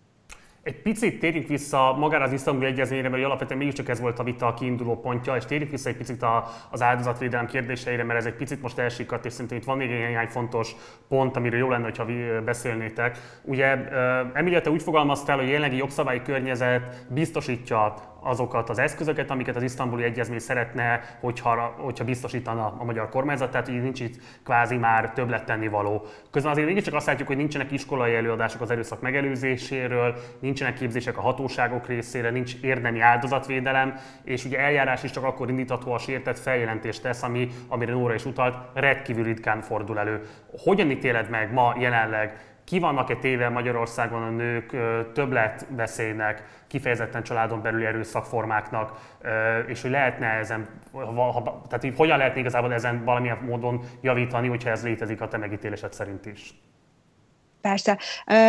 Egy picit térjünk vissza magára az Isztambuli Egyezményre, mert alapvetően mégiscsak ez volt a vita kiinduló pontja, és térjünk vissza egy picit az áldozatvédelem kérdéseire, mert ez egy picit most elsikadt, és szerintem itt van még néhány fontos pont, amiről jó lenne, ha beszélnétek. Ugye Emilia, te úgy fogalmaztál, hogy a jelenlegi jogszabályi környezet biztosítja azokat az eszközöket, amiket az Isztambuli Egyezmény szeretne, hogyha, hogyha biztosítana a magyar kormányzat, tehát így nincs itt kvázi már többlet tennivaló. Közben azért mégiscsak azt látjuk, hogy nincsenek iskolai előadások az erőszak megelőzéséről, nincsenek képzések a hatóságok részére, nincs érdemi áldozatvédelem, és ugye eljárás is csak akkor indítható, a sértett feljelentést tesz, ami, amire Nóra is utalt, rendkívül ritkán fordul elő. Hogyan ítéled meg ma jelenleg, ki vannak-e téve Magyarországon a nők többletveszélynek, kifejezetten családon belüli erőszakformáknak, és hogy lehetne ezen, tehát hogyan lehetne igazából ezen valamilyen módon javítani, hogyha ez létezik a te megítélésed szerint is? Persze.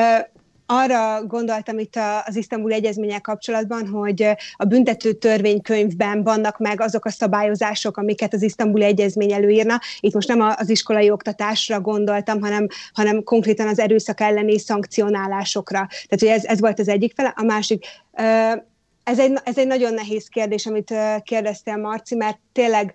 Arra gondoltam itt az Isztambuli Egyezménnyel kapcsolatban, hogy a büntető törvénykönyvben vannak meg azok a szabályozások, amiket az Isztambuli Egyezmény előírna. Itt most nem az iskolai oktatásra gondoltam, hanem, hanem konkrétan az erőszak elleni szankcionálásokra. Tehát hogy ez, ez volt az egyik fele. A másik, ez egy, ez egy nagyon nehéz kérdés, amit kérdeztél, Marci, mert tényleg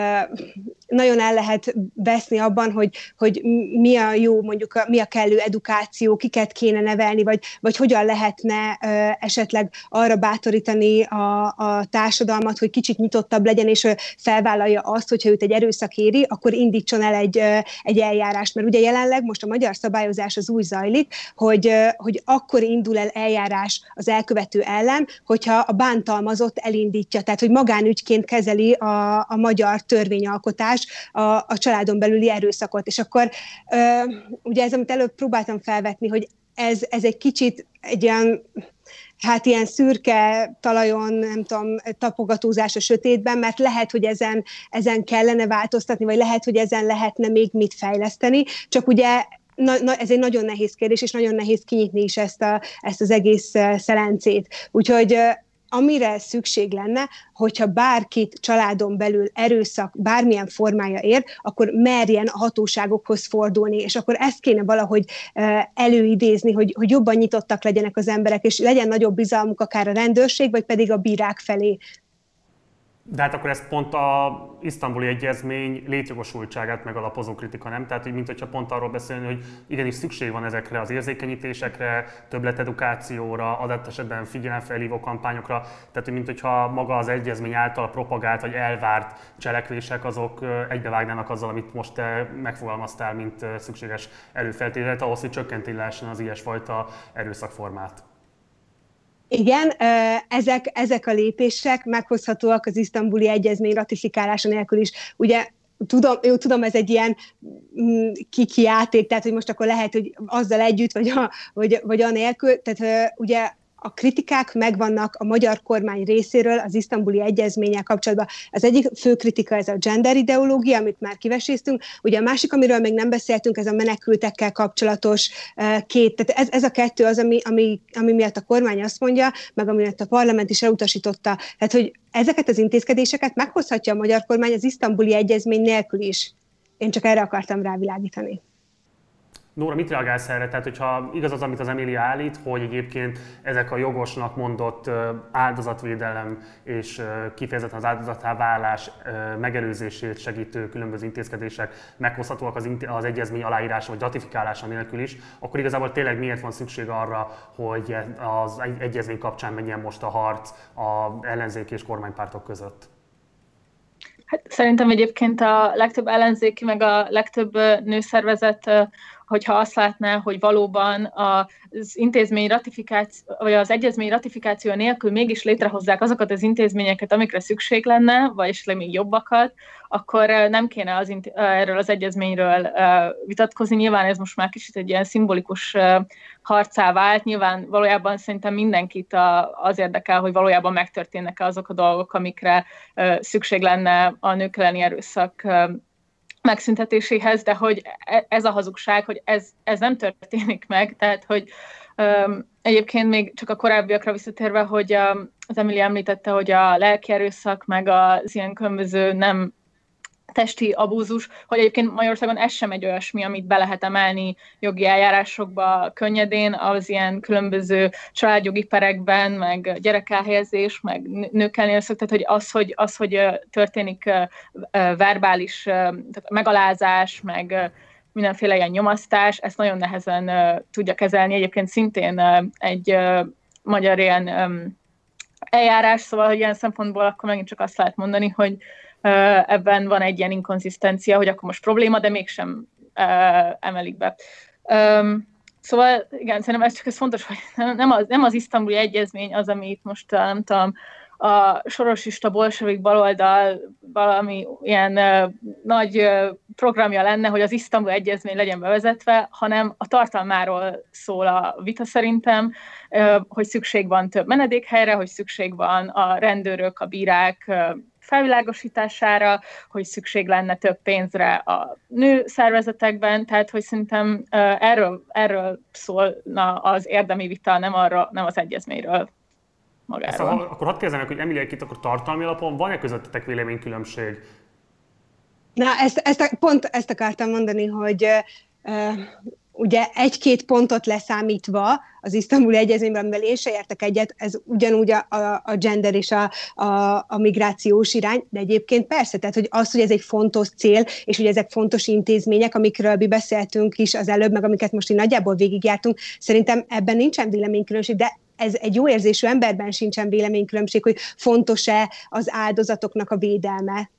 nagyon el lehet veszni abban, hogy, hogy mi a jó, mondjuk a, mi a kellő edukáció, kiket kéne nevelni, vagy, vagy hogyan lehetne esetleg arra bátorítani a, a társadalmat, hogy kicsit nyitottabb legyen, és felvállalja azt, hogyha őt egy erőszak éri, akkor indítson el egy, egy eljárást. Mert ugye jelenleg most a magyar szabályozás az úgy zajlik, hogy, hogy akkor indul el eljárás az elkövető ellen, hogyha a bántalmazott elindítja, tehát hogy magánügyként kezeli a, a magyar törvényalkotás a, a családon belüli erőszakot. És akkor ö, ugye ez, amit előbb próbáltam felvetni, hogy ez, ez egy kicsit egy olyan, hát ilyen szürke talajon, nem tudom, tapogatózás a sötétben, mert lehet, hogy ezen, ezen kellene változtatni, vagy lehet, hogy ezen lehetne még mit fejleszteni, csak ugye Na, na, ez egy nagyon nehéz kérdés, és nagyon nehéz kinyitni is ezt, a, ezt az egész szelencét. Úgyhogy amire szükség lenne, hogyha bárkit családon belül erőszak bármilyen formája ér, akkor merjen a hatóságokhoz fordulni, és akkor ezt kéne valahogy előidézni, hogy, hogy jobban nyitottak legyenek az emberek, és legyen nagyobb bizalmuk akár a rendőrség, vagy pedig a bírák felé. De hát akkor ez pont a Isztambuli Egyezmény létjogosultságát megalapozó kritika, nem? Tehát, mint hogyha pont arról beszélni, hogy igenis szükség van ezekre az érzékenyítésekre, többletedukációra, adott esetben figyelemfelhívó kampányokra, tehát, mint hogyha maga az egyezmény által propagált vagy elvárt cselekvések, azok egybevágnának azzal, amit most te megfogalmaztál, mint szükséges előfeltételt ahhoz, hogy csökkenteni lehessen az ilyesfajta erőszakformát. Igen, ezek, ezek a lépések meghozhatóak az Isztambuli Egyezmény ratifikálása nélkül is. Ugye tudom, jó, tudom, ez egy ilyen kiki játék, tehát hogy most akkor lehet, hogy azzal együtt, vagy, a, vagy, vagy anélkül, tehát ugye a kritikák megvannak a magyar kormány részéről az isztambuli egyezménnyel kapcsolatban. Az egyik fő kritika ez a gender ideológia, amit már kiveséztünk. Ugye a másik, amiről még nem beszéltünk, ez a menekültekkel kapcsolatos két. Tehát ez, ez a kettő az, ami, ami, ami miatt a kormány azt mondja, meg ami miatt a parlament is elutasította. Tehát, hogy ezeket az intézkedéseket meghozhatja a magyar kormány az isztambuli egyezmény nélkül is. Én csak erre akartam rávilágítani. Nóra, mit reagálsz erre? Tehát, hogyha igaz az, amit az Emilia állít, hogy egyébként ezek a jogosnak mondott áldozatvédelem és kifejezetten az áldozattá válás megelőzését segítő különböző intézkedések meghozhatóak az, az egyezmény aláírása vagy ratifikálása nélkül is, akkor igazából tényleg miért van szükség arra, hogy az egyezmény kapcsán menjen most a harc az ellenzéki és kormánypártok között? Hát szerintem egyébként a legtöbb ellenzéki, meg a legtöbb nőszervezet, hogyha azt látná, hogy valóban az intézmény ratifikáció, vagy az egyezmény ratifikáció nélkül mégis létrehozzák azokat az intézményeket, amikre szükség lenne, vagy esetleg még jobbakat, akkor nem kéne az int- erről az egyezményről vitatkozni. Nyilván ez most már kicsit egy ilyen szimbolikus harcá vált. Nyilván valójában szerintem mindenkit az érdekel, hogy valójában megtörténnek azok a dolgok, amikre szükség lenne a nők elleni erőszak megszüntetéséhez, de hogy ez a hazugság, hogy ez, ez nem történik meg, tehát hogy um, egyébként még csak a korábbiakra visszatérve, hogy um, az Emilia említette, hogy a lelki erőszak, meg az ilyen különböző nem testi abúzus, hogy egyébként Magyarországon ez sem egy olyasmi, amit be lehet emelni jogi eljárásokba könnyedén, az ilyen különböző családjogi perekben, meg gyerekelhelyezés, meg nők elleni erőszak, tehát hogy az, hogy, az, hogy történik verbális tehát megalázás, meg mindenféle ilyen nyomasztás, ezt nagyon nehezen tudja kezelni. Egyébként szintén egy magyar ilyen eljárás, szóval, hogy ilyen szempontból akkor megint csak azt lehet mondani, hogy ebben van egy ilyen inkonzisztencia, hogy akkor most probléma, de mégsem uh, emelik be. Um, szóval igen, szerintem ez csak ez fontos, hogy nem az, nem az isztambuli egyezmény az, ami itt most nem tudom, a sorosista bolsevik baloldal valami ilyen uh, nagy uh, programja lenne, hogy az isztambuli egyezmény legyen bevezetve, hanem a tartalmáról szól a vita szerintem, uh, hogy szükség van több menedékhelyre, hogy szükség van a rendőrök, a bírák uh, felvilágosítására, hogy szükség lenne több pénzre a nő szervezetekben, tehát hogy szerintem uh, erről, erről szólna az érdemi vita, nem, arra, nem az egyezményről magáról. Ezt a, akkor hadd kérdezem meg, hogy Emilia, itt akkor tartalmi alapon van-e közöttetek véleménykülönbség? Na, ezt, ezt, pont ezt akartam mondani, hogy uh, ugye egy-két pontot leszámítva az isztambuli egyezményben, amivel én se értek egyet, ez ugyanúgy a, a, a gender és a, a, a migrációs irány, de egyébként persze, tehát hogy az, hogy ez egy fontos cél, és hogy ezek fontos intézmények, amikről mi beszéltünk is az előbb, meg amiket most így nagyjából végigjártunk, szerintem ebben nincsen véleménykülönbség, de ez egy jó érzésű emberben sincsen véleménykülönbség, hogy fontos-e az áldozatoknak a védelme.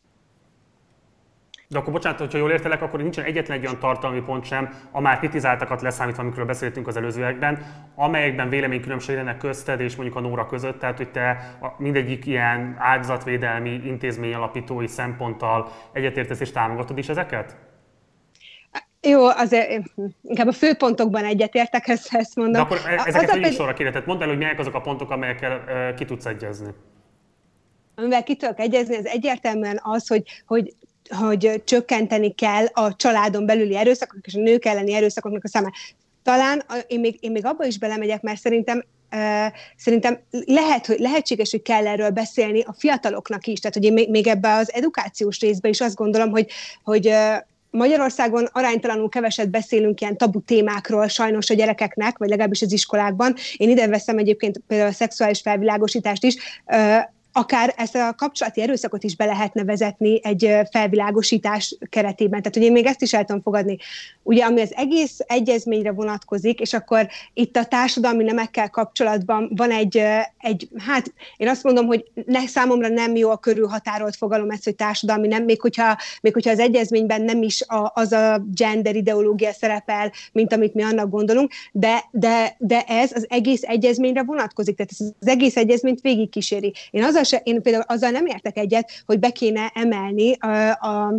De akkor bocsánat, hogyha jól értelek, akkor nincsen egyetlen egy olyan tartalmi pont sem, a már kritizáltakat leszámítva, amikről beszéltünk az előzőekben, amelyekben véleménykülönbség lenne közted és mondjuk a Nóra között, tehát hogy te mindegyik ilyen áldozatvédelmi intézmény alapítói szemponttal egyetértesz és támogatod is ezeket? Jó, azért inkább a főpontokban egyetértek, ezt, ezt mondom. De akkor ezeket vegyük pedig sorra kérheted. Mondd el, hogy melyek azok a pontok, amelyekkel uh, ki tudsz egyezni. Amivel ki tudok egyezni, ez egyértelműen az, hogy, hogy hogy csökkenteni kell a családon belüli erőszakok és a nők elleni erőszakoknak a számát. Talán én még, én még abba is belemegyek, mert szerintem, uh, szerintem lehet, hogy lehetséges, hogy kell erről beszélni a fiataloknak is. Tehát, hogy én még, még ebbe az edukációs részbe is azt gondolom, hogy, hogy uh, Magyarországon aránytalanul keveset beszélünk ilyen tabu témákról sajnos a gyerekeknek, vagy legalábbis az iskolákban. Én ide veszem egyébként például a szexuális felvilágosítást is, uh, akár ezt a kapcsolati erőszakot is be lehetne vezetni egy felvilágosítás keretében. Tehát, hogy én még ezt is el tudom fogadni. Ugye, ami az egész egyezményre vonatkozik, és akkor itt a társadalmi nemekkel kapcsolatban van egy, egy hát én azt mondom, hogy ne, számomra nem jó a körülhatárolt fogalom ez, hogy társadalmi nem, még hogyha, még hogyha az egyezményben nem is a, az a gender ideológia szerepel, mint amit mi annak gondolunk, de, de, de ez az egész egyezményre vonatkozik. Tehát ez az egész egyezményt végigkíséri. Én azzal Se, én például azzal nem értek egyet, hogy be kéne emelni a, a,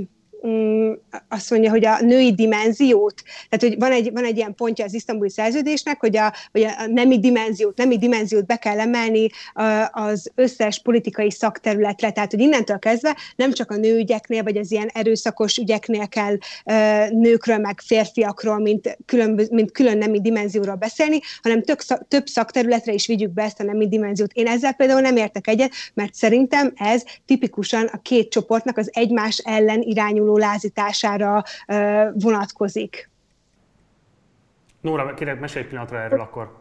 azt mondja, hogy a női dimenziót, tehát hogy van egy, van egy ilyen pontja az isztambuli szerződésnek, hogy a, hogy a nemi dimenziót, nemi dimenziót be kell emelni az összes politikai szakterületre, tehát hogy innentől kezdve nem csak a nőügyeknél, vagy az ilyen erőszakos ügyeknél kell nőkről, meg férfiakról, mint külön, mint külön nemi dimenzióról beszélni, hanem tök, több szakterületre is vigyük be ezt a nemi dimenziót. Én ezzel például nem értek egyet, mert szerintem ez tipikusan a két csoportnak az egymás ellen irányuló lázítására vonatkozik. Nóra, kérlek, mesélj egy pillanatra erről akkor.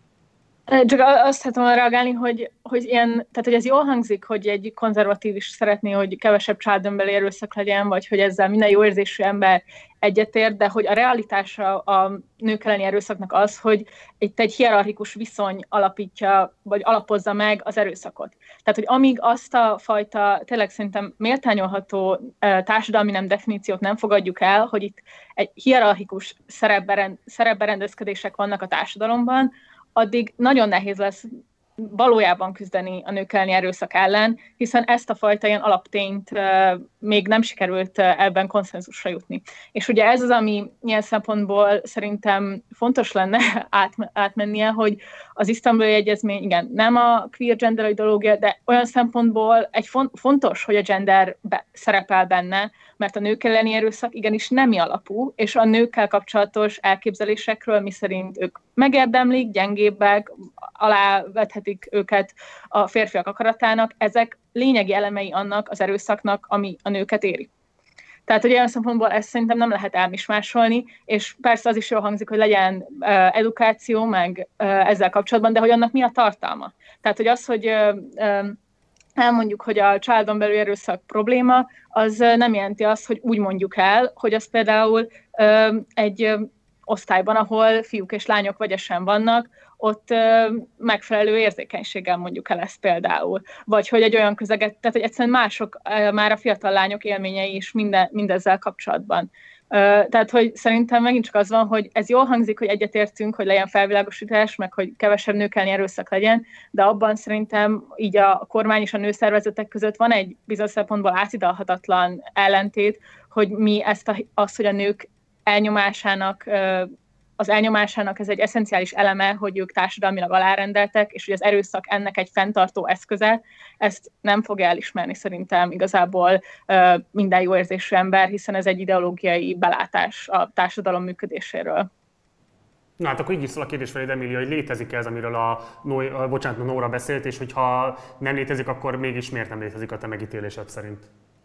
Csak azt tudom reagálni, hogy, hogy, ilyen, tehát, hogy ez jól hangzik, hogy egy konzervatív is szeretné, hogy kevesebb családon belüli erőszak legyen, vagy hogy ezzel minden jó érzésű ember egyetért, de hogy a realitása a nők elleni erőszaknak az, hogy itt egy hierarchikus viszony alapítja, vagy alapozza meg az erőszakot. Tehát, hogy amíg azt a fajta, tényleg szerintem méltányolható társadalmi nem definíciót nem fogadjuk el, hogy itt egy hierarchikus szerepberendezkedések vannak a társadalomban, addig nagyon nehéz lesz valójában küzdeni a nők elleni erőszak ellen, hiszen ezt a fajta ilyen alaptényt uh, még nem sikerült uh, ebben konszenzusra jutni. És ugye ez az, ami ilyen szempontból szerintem fontos lenne át, átmennie, hogy az isztambuli egyezmény, igen, nem a queer gender ideológia, de olyan szempontból egy fon- fontos, hogy a gender be- szerepel benne, mert a nők elleni erőszak igenis nemi alapú, és a nőkkel kapcsolatos elképzelésekről, miszerint ők megérdemlik, gyengébbek, alávethetik őket a férfiak akaratának, ezek lényegi elemei annak az erőszaknak, ami a nőket éri. Tehát, hogy olyan szempontból ezt szerintem nem lehet elmismásolni, és persze az is jól hangzik, hogy legyen uh, edukáció, meg uh, ezzel kapcsolatban, de hogy annak mi a tartalma. Tehát, hogy az, hogy uh, uh, elmondjuk, hogy a családon belül erőszak probléma, az uh, nem jelenti azt, hogy úgy mondjuk el, hogy az például uh, egy uh, osztályban, ahol fiúk és lányok vegyesen vannak, ott ö, megfelelő érzékenységgel mondjuk el ezt például. Vagy hogy egy olyan közeget, tehát hogy egyszerűen mások ö, már a fiatal lányok élményei is minden, mindezzel kapcsolatban. Ö, tehát, hogy szerintem megint csak az van, hogy ez jól hangzik, hogy egyetértünk, hogy legyen felvilágosítás, meg hogy kevesebb nők elleni erőszak legyen, de abban szerintem így a kormány és a nőszervezetek között van egy bizonyos szempontból átidalhatatlan ellentét, hogy mi ezt a, azt, hogy a nők elnyomásának, az elnyomásának ez egy eszenciális eleme, hogy ők társadalmilag alárendeltek, és hogy az erőszak ennek egy fenntartó eszköze, ezt nem fogja elismerni szerintem igazából minden jó érzésű ember, hiszen ez egy ideológiai belátás a társadalom működéséről. Na hát akkor így is szól a kérdés feléd, Emília, hogy létezik ez, amiről a, Noé, a, bocsánat, a Nóra beszélt, és hogyha nem létezik, akkor mégis miért nem létezik a te megítélésed szerint?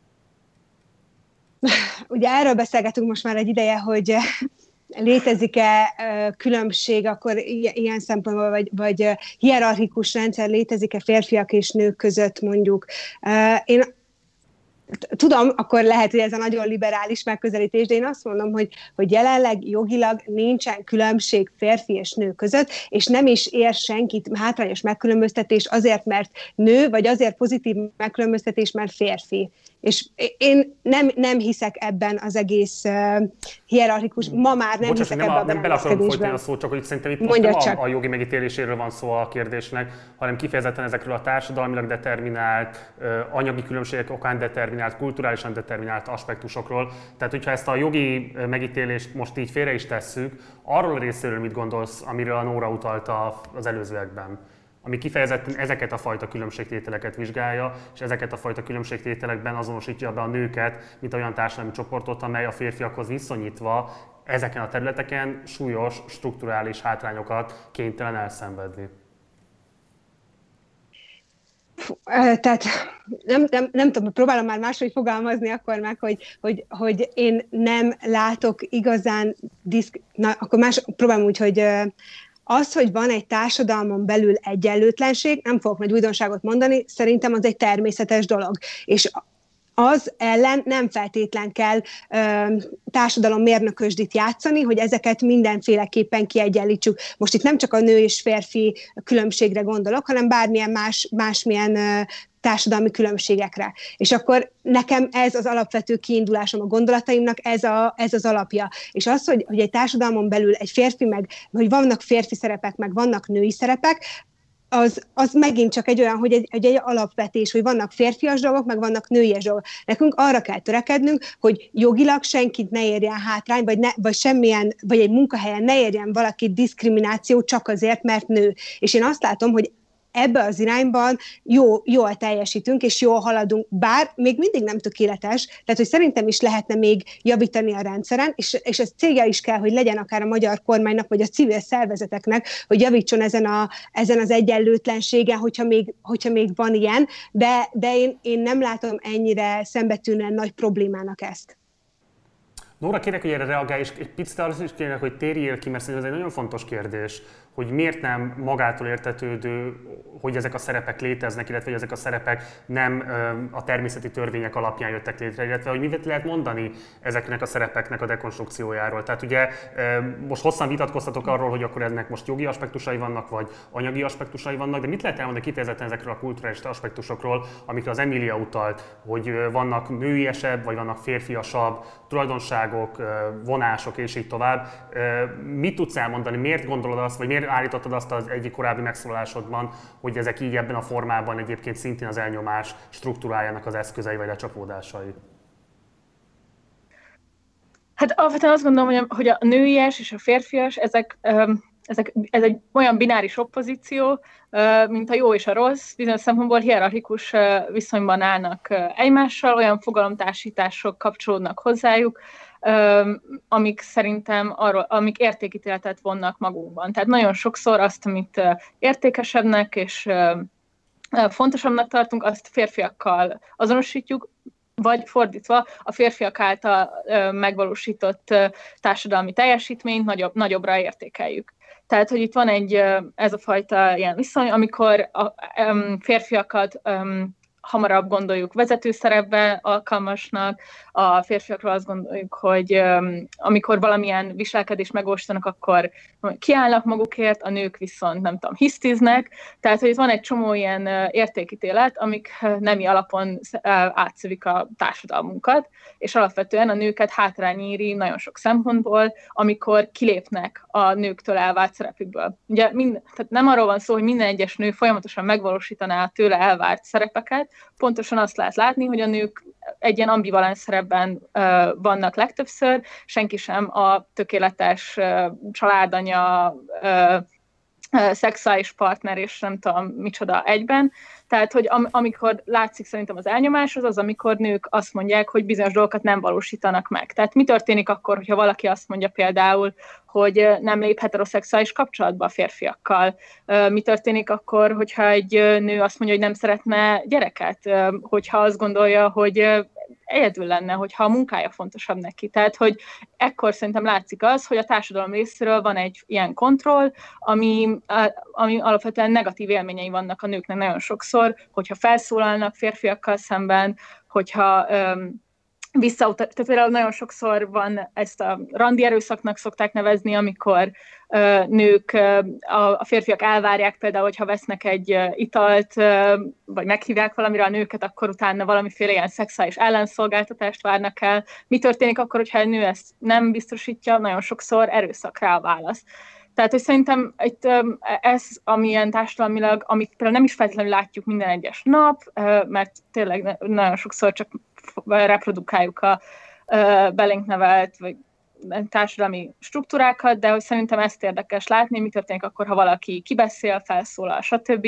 Ugye erről beszélgetünk most már egy ideje, hogy létezik-e különbség, akkor ilyen szempontból, vagy, vagy hierarchikus rendszer létezik-e férfiak és nők között mondjuk. Én tudom, akkor lehet, hogy ez a nagyon liberális megközelítés, de én azt mondom, hogy, hogy jelenleg jogilag nincsen különbség férfi és nő között, és nem is ér senkit hátrányos megkülönböztetés azért, mert nő, vagy azért pozitív megkülönböztetés, mert férfi. És én nem, nem hiszek ebben az egész uh, hierarchikus, ma már nem Bocsás, hiszek nem ebben a, nem bele akarom folytani a szót, csak hogy szerintem itt most nem a, a jogi megítéléséről van szó a kérdésnek, hanem kifejezetten ezekről a társadalmilag determinált, uh, anyagi különbségek okán determinált, kulturálisan determinált aspektusokról. Tehát, hogyha ezt a jogi megítélést most így félre is tesszük, arról a részéről mit gondolsz, amiről a Nóra utalta az előzőekben? Ami kifejezetten ezeket a fajta különbségtételeket vizsgálja, és ezeket a fajta különbségtételekben azonosítja be a nőket, mint olyan társadalmi csoportot, amely a férfiakhoz viszonyítva ezeken a területeken súlyos, strukturális hátrányokat kénytelen elszenvedni. Tehát nem, nem, nem tudom, próbálom már máshogy fogalmazni akkor meg, hogy, hogy, hogy én nem látok igazán, diszk... na, akkor más próbálom úgy, hogy az, hogy van egy társadalmon belül egyenlőtlenség, nem fogok nagy újdonságot mondani, szerintem az egy természetes dolog. És az ellen nem feltétlen kell ö, társadalommérnökösdit játszani, hogy ezeket mindenféleképpen kiegyenlítsük. Most itt nem csak a nő és férfi különbségre gondolok, hanem bármilyen más, másmilyen ö, társadalmi különbségekre. És akkor nekem ez az alapvető kiindulásom a gondolataimnak, ez, a, ez az alapja. És az, hogy, hogy egy társadalmon belül egy férfi meg, hogy vannak férfi szerepek, meg vannak női szerepek, az, az megint csak egy olyan, hogy egy, egy, egy alapvetés, hogy vannak férfias dolgok, meg vannak nőies dolgok. Nekünk arra kell törekednünk, hogy jogilag senkit ne érjen hátrány, vagy, ne, vagy semmilyen, vagy egy munkahelyen ne érjen valaki diszkrimináció csak azért, mert nő. És én azt látom, hogy ebbe az irányban jó, jól teljesítünk, és jól haladunk, bár még mindig nem tökéletes, tehát hogy szerintem is lehetne még javítani a rendszeren, és, és ez célja is kell, hogy legyen akár a magyar kormánynak, vagy a civil szervezeteknek, hogy javítson ezen, a, ezen az egyenlőtlenségen, hogyha még, hogyha még van ilyen, de, de én, én nem látom ennyire szembetűnően nagy problémának ezt. Nóra, kérlek, hogy erre reagálj, és egy picit arra is kérlek, hogy térjél ki, mert ez egy nagyon fontos kérdés, hogy miért nem magától értetődő, hogy ezek a szerepek léteznek, illetve hogy ezek a szerepek nem a természeti törvények alapján jöttek létre, illetve hogy mit lehet mondani ezeknek a szerepeknek a dekonstrukciójáról. Tehát ugye most hosszan vitatkoztatok arról, hogy akkor ennek most jogi aspektusai vannak, vagy anyagi aspektusai vannak, de mit lehet elmondani kifejezetten ezekről a kulturális aspektusokról, amikre az Emilia utalt, hogy vannak nőiesebb, vagy vannak férfiasabb tulajdonságok, vonások, és így tovább. Mit tudsz elmondani, miért gondolod azt, vagy miért állítottad azt az egyik korábbi megszólalásodban, hogy ezek így ebben a formában egyébként szintén az elnyomás struktúrájának az eszközei vagy lecsapódásai? Hát alapvetően azt gondolom, hogy a nőies és a férfias, ezek, ezek, ez egy olyan bináris oppozíció, mint a jó és a rossz, bizonyos szempontból hierarchikus viszonyban állnak egymással, olyan fogalomtársítások kapcsolódnak hozzájuk, amik szerintem arról, amik értékítéletet vonnak magunkban. Tehát nagyon sokszor azt, amit értékesebbnek és fontosabbnak tartunk, azt férfiakkal azonosítjuk, vagy fordítva a férfiak által megvalósított társadalmi teljesítményt nagyobb, nagyobbra értékeljük. Tehát, hogy itt van egy ez a fajta ilyen viszony, amikor a férfiakat hamarabb gondoljuk vezetőszerepbe alkalmasnak, a férfiakról azt gondoljuk, hogy um, amikor valamilyen viselkedést megósítanak, akkor kiállnak magukért, a nők viszont, nem tudom, hisztiznek. Tehát, hogy itt van egy csomó ilyen uh, értékítélet, amik uh, nemi alapon uh, átszövik a társadalmunkat, és alapvetően a nőket hátrány éri nagyon sok szempontból, amikor kilépnek a nőktől elvált szerepükből. Ugye mind, tehát nem arról van szó, hogy minden egyes nő folyamatosan megvalósítaná a tőle elvárt szerepeket, pontosan azt lehet látni, hogy a nők egy ilyen ambivalens szerepben uh, vannak legtöbbször, senki sem a tökéletes uh, családanya, uh, uh, szexuális partner és nem tudom micsoda egyben. Tehát, hogy am- amikor látszik szerintem az elnyomás, az az, amikor nők azt mondják, hogy bizonyos dolgokat nem valósítanak meg. Tehát mi történik akkor, hogyha valaki azt mondja például, hogy nem lép heteroszexuális kapcsolatba a férfiakkal? Mi történik akkor, hogyha egy nő azt mondja, hogy nem szeretne gyereket? Hogyha azt gondolja, hogy egyedül lenne, hogyha a munkája fontosabb neki. Tehát, hogy ekkor szerintem látszik az, hogy a társadalom részéről van egy ilyen kontroll, ami, ami alapvetően negatív élményei vannak a nőknek nagyon sokszor, hogyha felszólalnak férfiakkal szemben, hogyha um, visszautat, tehát például nagyon sokszor van, ezt a randi erőszaknak szokták nevezni, amikor uh, nők, uh, a, a férfiak elvárják például, hogyha vesznek egy uh, italt, uh, vagy meghívják valamire a nőket, akkor utána valamiféle ilyen szexuális ellenszolgáltatást várnak el. Mi történik akkor, hogyha egy nő ezt nem biztosítja? Nagyon sokszor erőszak rá a válasz. Tehát, hogy szerintem itt ez, amilyen társadalmilag, amit például nem is feltétlenül látjuk minden egyes nap, mert tényleg nagyon sokszor csak reprodukáljuk a belénk nevelt, vagy társadalmi struktúrákat, de hogy szerintem ezt érdekes látni, mi történik akkor, ha valaki kibeszél, felszólal, stb.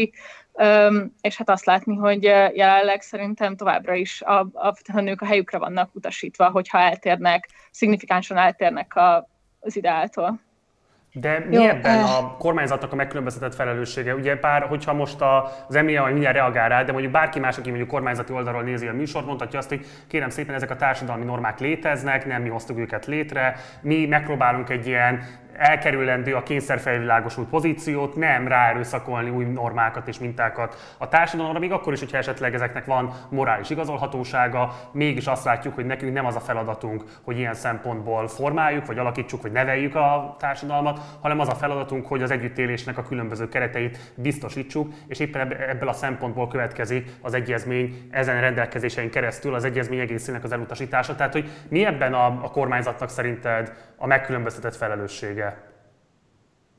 És hát azt látni, hogy jelenleg szerintem továbbra is a, a, a nők a helyükre vannak utasítva, hogyha eltérnek, szignifikánsan eltérnek a, az ideáltól. De mi Jó, ebben eh. a kormányzatnak a megkülönböztetett felelőssége? Ugye bár, hogyha most az Emilia majd mindjárt reagál rá, de mondjuk bárki más, aki mondjuk kormányzati oldalról nézi a műsort, mondhatja azt, hogy kérem szépen, ezek a társadalmi normák léteznek, nem mi hoztuk őket létre, mi megpróbálunk egy ilyen elkerülendő, a kényszerfelvilágosult pozíciót, nem ráerőszakolni új normákat és mintákat a társadalomra, még akkor is, hogyha esetleg ezeknek van morális igazolhatósága, mégis azt látjuk, hogy nekünk nem az a feladatunk, hogy ilyen szempontból formáljuk, vagy alakítsuk, vagy neveljük a társadalmat, hanem az a feladatunk, hogy az együttélésnek a különböző kereteit biztosítsuk, és éppen ebből a szempontból következik az egyezmény ezen rendelkezésein keresztül az egyezmény egészének az elutasítása. Tehát, hogy mi ebben a, a kormányzatnak szerinted a megkülönböztetett felelőssége?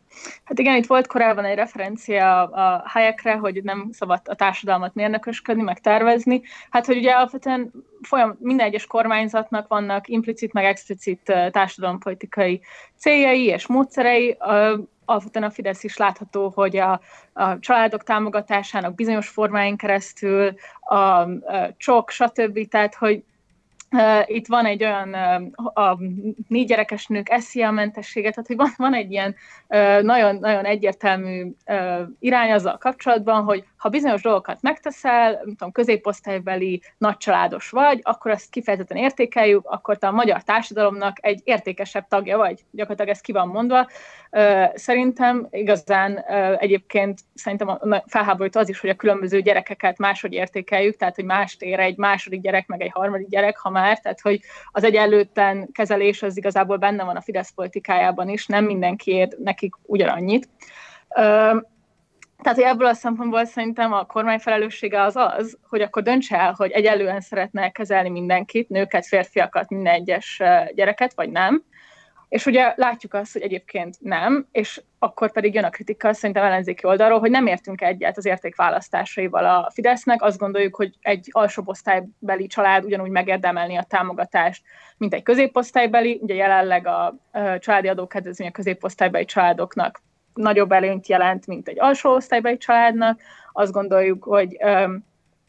Hát igen, itt volt korábban egy referencia a Hayekre, hogy nem szabad a társadalmat mérnökösködni, meg tervezni. Hát, hogy ugye alapvetően folyam, minden egyes kormányzatnak vannak implicit, meg explicit társadalompolitikai céljai és módszerei. Alapvetően a Fidesz is látható, hogy a, a családok támogatásának bizonyos formáin keresztül, a, a csok, stb. Tehát, hogy Uh, itt van egy olyan uh, a négy gyerekes nők es zé á-mentessége, tehát hogy van, van egy ilyen uh, nagyon, nagyon egyértelmű uh, irány azzal kapcsolatban, hogy ha bizonyos dolgokat megteszel, nem tudom, középosztálybeli nagycsaládos vagy, akkor azt kifejezetten értékeljük, akkor te a magyar társadalomnak egy értékesebb tagja vagy. Gyakorlatilag ez ki van mondva. Uh, szerintem igazán uh, egyébként szerintem felháborító az is, hogy a különböző gyerekeket máshogy értékeljük, tehát hogy mást ér egy második gyerek, meg egy harmadik gyerek, ha már, tehát hogy az egyenlőtlen kezelés az igazából benne van a Fidesz politikájában is, nem mindenki ér nekik ugyanannyit. Uh, Tehát, hogy ebből a szempontból szerintem a kormány felelőssége az az, hogy akkor döntse el, hogy egyenlően szeretne kezelni mindenkit, nőket, férfiakat, minden egyes gyereket, vagy nem. És ugye látjuk azt, hogy egyébként nem, és akkor pedig jön a kritika szerintem ellenzéki oldalról, hogy nem értünk egyet az értékválasztásaival a Fidesznek. Azt gondoljuk, hogy egy alsóbb osztálybeli család ugyanúgy megérdemelni a támogatást, mint egy középosztálybeli. Ugye jelenleg a családi adókedvezmény a középosztálybeli családoknak nagyobb előnyt jelent, mint egy alsó osztálybeli családnak. Azt gondoljuk, hogy öm,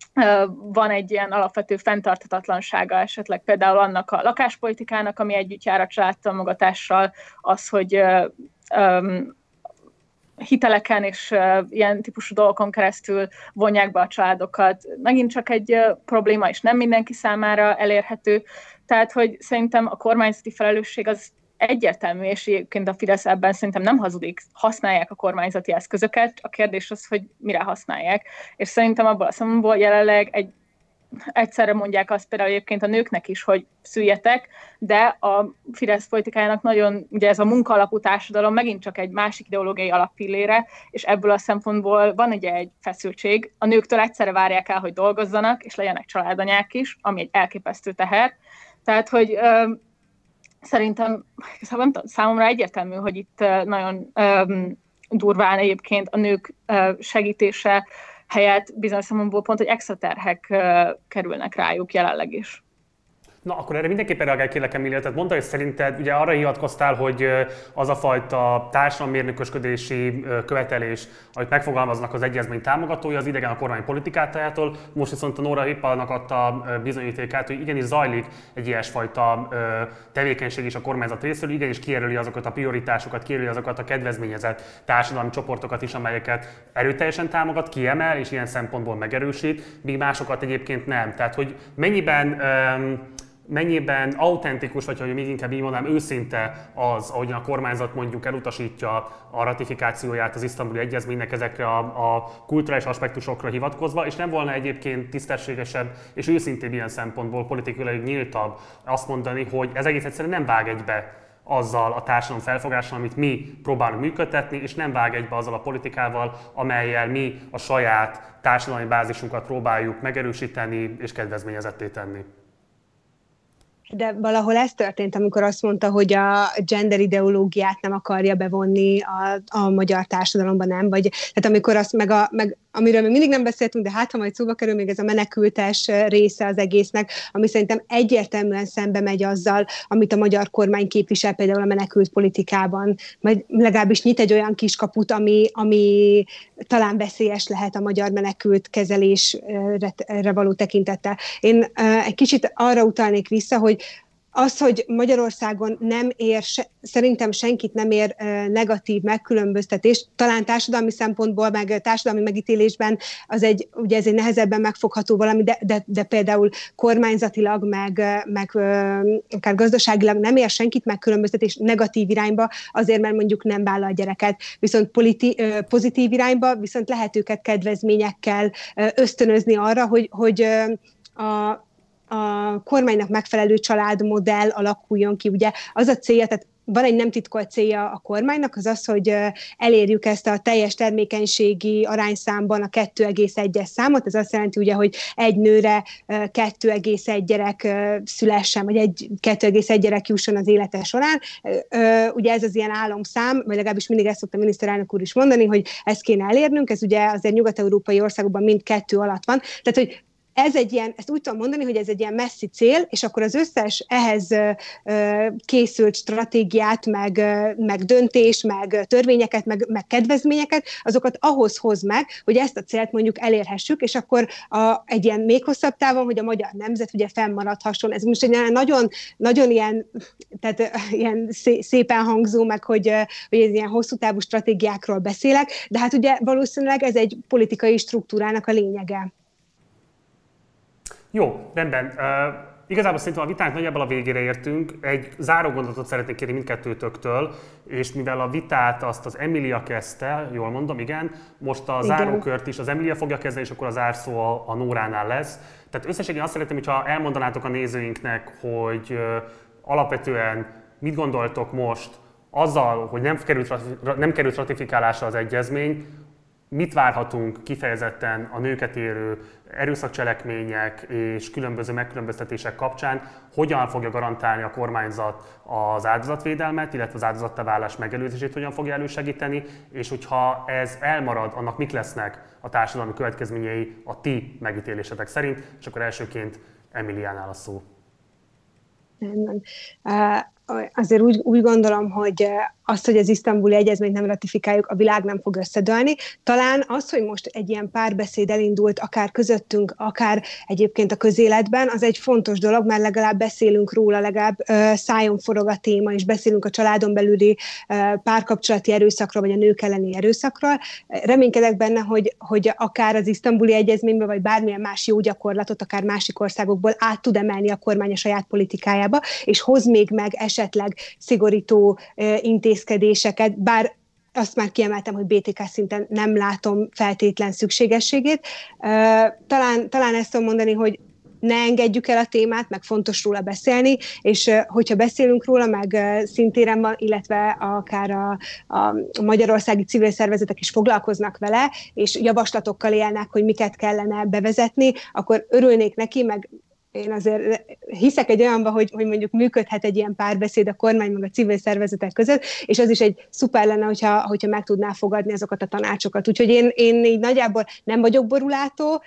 van egy ilyen alapvető fenntarthatatlansága esetleg például annak a lakáspolitikának, ami együtt jár a családtámogatással, az, hogy öm, hiteleken és uh, ilyen típusú dolgokon keresztül vonják be a családokat. Megint csak egy uh, probléma, és nem mindenki számára elérhető. Tehát, hogy szerintem a kormányzati felelősség az egyértelmű, és egyébként a Fidesz ebben szerintem nem hazudik, használják a kormányzati eszközöket, a kérdés az, hogy mire használják. És szerintem abból a szempontból jelenleg egy, egyszerre mondják azt például egyébként a nőknek is, hogy szüljetek, de a Fidesz politikájának nagyon, ugye ez a munkaalapú társadalom megint csak egy másik ideológiai alappillére, és ebből a szempontból van ugye egy feszültség. A nőktől egyszerre várják el, hogy dolgozzanak, és legyenek családanyák is, ami egy elképesztő teher. Tehát, hogy szerintem számomra egyértelmű, hogy itt nagyon um, durván egyébként a nők uh, segítése helyett bizonyos szempontból pont, hogy extra terhek uh, kerülnek rájuk jelenleg is. Na, akkor erre mindenképpen reagálj, kérlek, Emília. Tehát mondta, hogy szerinted ugye arra hivatkoztál, hogy az a fajta társadalommérnökösködési követelés, amit megfogalmaznak az egyezmény támogatója, az idegen a kormány politikájától. Most viszont a Nóra Hippalnak adta bizonyítékát, hogy igenis zajlik egy ilyesfajta tevékenység is a kormányzat részéről, igenis kijelöli azokat a prioritásokat, kijelöli azokat a kedvezményezett társadalmi csoportokat is, amelyeket erőteljesen támogat, kiemel és ilyen szempontból megerősít, míg másokat egyébként nem. Tehát, hogy mennyiben mennyiben autentikus, vagy hogy még inkább így mondanám, őszinte az, ahogyan a kormányzat mondjuk elutasítja a ratifikációját az isztambuli egyezménynek ezekre a, a kulturális aspektusokra hivatkozva, és nem volna egyébként tisztességesebb és őszintébb ilyen szempontból, politikailag nyíltabb azt mondani, hogy ez egész egyszerűen nem vág egybe azzal a társadalom felfogással, amit mi próbálunk működtetni, és nem vág egybe azzal a politikával, amellyel mi a saját társadalmi bázisunkat próbáljuk megerősíteni és kedvezményezetté tenni. De valahol ez történt, amikor azt mondta, hogy a gender ideológiát nem akarja bevonni a, a magyar társadalomban, nem? Vagy tehát amikor azt, meg, a, meg amiről még mindig nem beszéltünk, de hát ha majd szóba kerül még ez a menekültes része az egésznek, ami szerintem egyértelműen szembe megy azzal, amit a magyar kormány képvisel például a menekült politikában. Majd legalábbis nyit egy olyan kiskaput, ami, ami talán veszélyes lehet a magyar menekült kezelésre való tekintettel. Én uh, egy kicsit arra utalnék vissza, hogy az, hogy Magyarországon nem ér, szerintem senkit nem ér negatív megkülönböztetés, talán társadalmi szempontból, meg társadalmi megítélésben az egy, ugye ez egy nehezebben megfogható valami, de, de, de például kormányzatilag, meg, meg akár gazdaságilag nem ér senkit megkülönböztetés negatív irányba, azért, mert mondjuk nem vállal gyereket. Viszont politi, pozitív irányba, viszont lehet őket kedvezményekkel ösztönözni arra, hogy, hogy a a kormánynak megfelelő családmodell alakuljon ki. Ugye az a célja, tehát van egy nem titkolt célja a kormánynak, az az, hogy elérjük ezt a teljes termékenységi arányszámban a kettő egész egyes számot. Ez azt jelenti ugye, hogy egy nőre kettő egész egy gyerek szülessen, vagy egy kettő egész egy gyerek jusson az élete során. Ugye ez az ilyen álomszám, vagy legalábbis mindig ezt szokta a miniszterelnök úr is mondani, hogy ezt kéne elérnünk, ez ugye azért nyugat-európai országokban mind kettő alatt van. Tehát, hogy ez egy ilyen, ezt úgy tudom mondani, hogy ez egy ilyen messzi cél, és akkor az összes ehhez ö, készült stratégiát, meg, ö, meg döntés, meg törvényeket, meg, meg kedvezményeket, azokat ahhoz hoz meg, hogy ezt a célt mondjuk elérhessük, és akkor a, egy ilyen még hosszabb távon, hogy a magyar nemzet ugye fennmaradhasson. Ez most egy nagyon, nagyon ilyen, tehát ilyen szépen hangzó, meg hogy, hogy ez ilyen hosszú távú stratégiákról beszélek, de hát ugye valószínűleg ez egy politikai struktúrának a lényege. Jó, rendben. Uh, igazából szerintem a vitának nagyjából a végére értünk. Egy záró gondolatot szeretnék kérni mindkettőtöktől, és mivel a vitát azt az Emilia kezdte, jól mondom, igen, most a zárókört is az Emilia fogja kezdeni, és akkor a zárszó a, a Nóránál lesz. Tehát összességében azt szeretném, hogyha elmondanátok a nézőinknek, hogy uh, alapvetően mit gondoltok most azzal, hogy nem került, nem került ratifikálásra az egyezmény, mit várhatunk kifejezetten a nőket érő erőszakcselekmények és különböző megkülönböztetések kapcsán, hogyan fogja garantálni a kormányzat az áldozatvédelmet, illetve az áldozattá válás megelőzését hogyan fogja elősegíteni, és hogyha ez elmarad, annak mik lesznek a társadalmi következményei a ti megítélésetek szerint, és akkor elsőként Emiliánál a szó. Nem, nem. Azért úgy, úgy gondolom, hogy azt, hogy az isztambuli egyezményt nem ratifikáljuk, a világ nem fog összedőlni. Talán az, hogy most egy ilyen párbeszéd elindult, akár közöttünk, akár egyébként a közéletben, az egy fontos dolog, mert legalább beszélünk róla, legalább uh, szájon forog a téma, és beszélünk a családon belüli uh, párkapcsolati erőszakról, vagy a nők elleni erőszakról. Reménykedek benne, hogy, hogy akár az isztambuli egyezménybe, vagy bármilyen más jó gyakorlatot, akár másik országokból át tud emelni a kormány a saját politikájába, és hoz még meg esetleg szigorító uh, intézkedéseket, intézkedéseket, bár azt már kiemeltem, hogy bé té ká szinten nem látom feltétlen szükségességét. Talán, talán ezt tudom mondani, hogy ne engedjük el a témát, meg fontos róla beszélni, és hogyha beszélünk róla, meg szintéren van, illetve akár a, a magyarországi civil szervezetek is foglalkoznak vele, és javaslatokkal élnek, hogy miket kellene bevezetni, akkor örülnék neki, meg én azért hiszek egy olyanban, hogy, hogy mondjuk működhet egy ilyen párbeszéd a kormány meg a civil szervezetek között, és az is egy szuper lenne, hogyha, hogyha meg tudná fogadni azokat a tanácsokat. Úgyhogy én, én így nagyjából nem vagyok borulátó,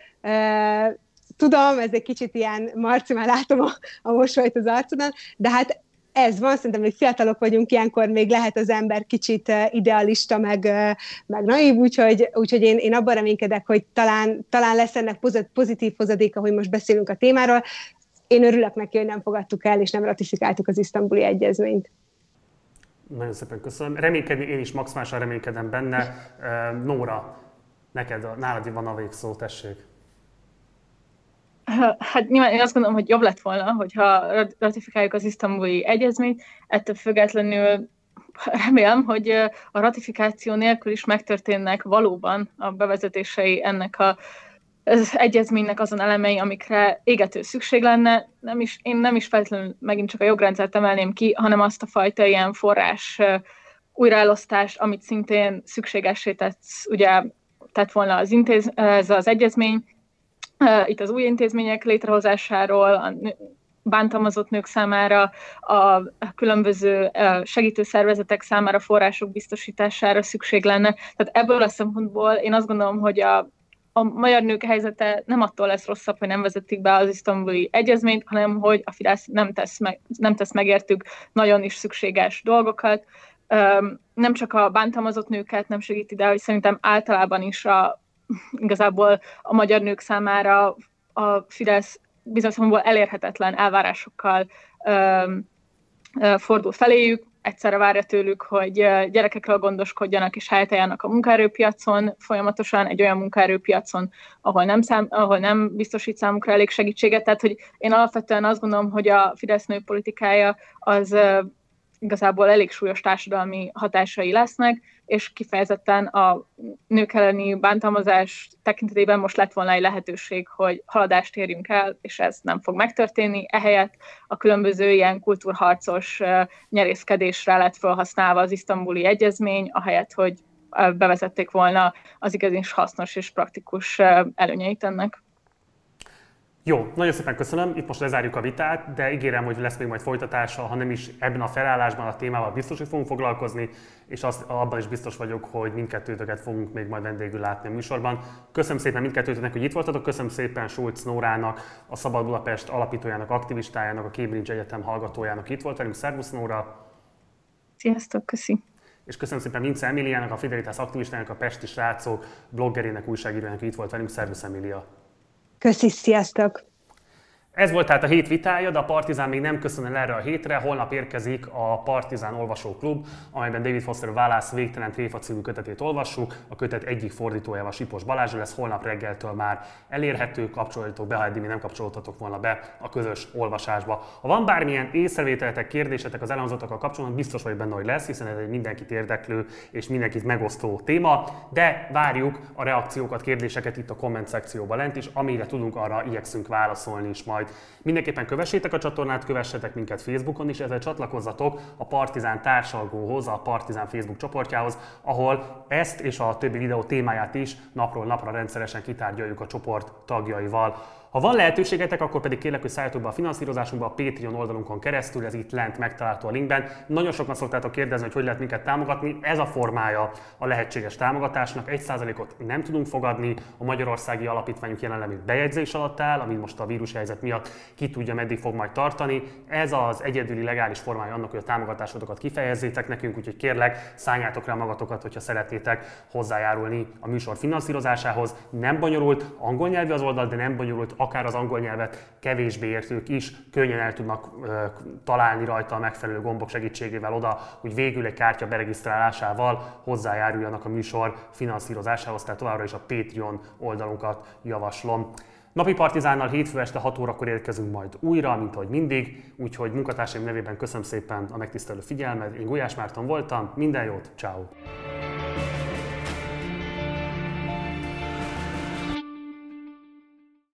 tudom, ez egy kicsit ilyen, Marci, már látom a, a mosolyt az arcodon, de hát ez van, szerintem még fiatalok vagyunk, ilyenkor még lehet az ember kicsit idealista, meg, meg naív, úgyhogy, úgyhogy én, én abban reménykedek, hogy talán, talán lesz ennek pozitív hozadéka, hogy most beszélünk a témáról. Én örülök neki, hogy nem fogadtuk el, és nem ratifikáltuk az isztambuli egyezményt. Nagyon szépen köszönöm. Reménykedni, én is maximálisan reménykedem benne. Nóra, neked, nálad van a végszó, tessék. Hát nyilván én azt gondolom, hogy jobb lett volna, hogyha ratifikáljuk az isztambuli egyezményt, ettől függetlenül remélem, hogy a ratifikáció nélkül is megtörténnek valóban a bevezetései ennek a, az egyezménynek azon elemei, amikre égető szükség lenne. Nem is, én nem is feltétlenül megint csak a jogrendszert emelném ki, hanem azt a fajta ilyen forrás újraelosztást, amit szintén szükségessé tett, ugye, tett volna az, intéz, ez az egyezmény, itt az új intézmények létrehozásáról, a bántalmazott nők számára, a különböző segítőszervezetek számára források biztosítására szükség lenne. Tehát ebből a szempontból én azt gondolom, hogy a, a magyar nők helyzete nem attól lesz rosszabb, hogy nem vezetik be az isztambuli egyezményt, hanem hogy a Fidesz nem tesz, meg, nem tesz megértük nagyon is szükséges dolgokat. Nem csak a bántalmazott nőket nem segíti, de hogy szerintem általában is a igazából a magyar nők számára a Fidesz bizonyos szempontból elérhetetlen elvárásokkal ö, ö, fordul feléjük, egyszerre várja tőlük, hogy gyerekekről gondoskodjanak és helytálljanak a munkaerőpiacon, folyamatosan egy olyan munkaerőpiacon, ahol nem, szám, ahol nem biztosít számukra elég segítséget. Tehát, hogy én alapvetően azt gondolom, hogy a Fidesz nőpolitikája az ö, igazából elég súlyos társadalmi hatásai lesznek, és kifejezetten a nők elleni bántalmazás tekintetében most lett volna egy lehetőség, hogy haladást érjünk el, és ez nem fog megtörténni. Ehelyett a különböző ilyen kultúrharcos nyerészkedésre lett felhasználva az isztambuli egyezmény, ahelyett, hogy bevezették volna az igazi hasznos és praktikus előnyeit ennek. Jó, nagyon szépen köszönöm, itt most lezárjuk a vitát, de ígérem, hogy lesz még majd folytatása, ha nem is ebben a felállásban a témával biztos, hogy fogunk foglalkozni, és azt, abban is biztos vagyok, hogy mindkettőtöket fogunk még majd vendégül látni a műsorban. Köszönöm szépen mindkettőtöknek, hogy itt voltatok, köszönöm szépen Schulz Nórának, a Szabad Budapest alapítójának, aktivistájának, a Cambridge Egyetem hallgatójának itt volt velünk. Szervusz Nóra! Sziasztok, köszi! És köszönöm szépen Vince Emiliának, a Fidelitas aktivistájának, a Pesti Srácok bloggerének, újságírójának, hogy itt volt velünk. Szervusz Emília! Köszi, sziasztok! Ez volt tehát a hét vitája, de a Partizán még nem köszön el erre a hétre. Holnap érkezik a Partizán Olvasóklub, amelyben David Foster Wallace Végtelen tréfa című kötetét olvassuk. A kötet egyik fordítójával, Sipos Balázs lesz, holnap reggeltől már elérhető, kapcsolódjatok be, ha eddig még nem kapcsolódtatok volna be a közös olvasásba. Ha van bármilyen észrevételetek, kérdésetek az elhangzottakkal kapcsolatban, biztos vagyok benne, hogy lesz, hiszen ez egy mindenkit érdeklő és mindenkit megosztó téma, de várjuk a reakciókat, kérdéseket itt a komment szekcióban lent is, amire tudunk, arra igyekszünk válaszolni is majd. Mindenképpen kövessétek a csatornát, kövessetek minket Facebookon is, ezzel csatlakozzatok a Partizán társalgóhoz, a Partizán Facebook csoportjához, ahol ezt és a többi videó témáját is napról napra rendszeresen kitárgyaljuk a csoport tagjaival. Ha van lehetőségetek, akkor pedig kérlek, hogy szálljatok be a finanszírozásunkba a Patreon oldalunkon keresztül, ez itt lent megtalálható a linkben. Nagyon sokan szoktátok kérdezni, hogy hogy lehet minket támogatni. Ez a formája a lehetséges támogatásnak. egy százalékot nem tudunk fogadni, a Magyarországi Alapítványunk jelenleg még bejegyzés alatt áll, ami most a vírushelyzet miatt ki tudja, meddig fog majd tartani. Ez az egyedüli legális formája annak, hogy a támogatásotokat kifejezzétek nekünk, úgyhogy kérlek, szálljátok rá magatokat, hogyha szeretnétek hozzájárulni a műsor finanszírozásához. Nem bonyolult, angol nyelvű az oldal, de nem bonyolult, akár az angol nyelvet kevésbé értők is könnyen el tudnak ö, találni rajta a megfelelő gombok segítségével oda, hogy végül egy kártya beregisztrálásával hozzájáruljanak a műsor finanszírozásához, tehát továbbra is a Patreon oldalunkat javaslom. Napi Partizánnal hétfő este hat órakor érkezünk majd újra, mint ahogy mindig, úgyhogy munkatársaim nevében köszönöm szépen a megtisztelő figyelmet. Én Gulyás Márton voltam, minden jót, ciao.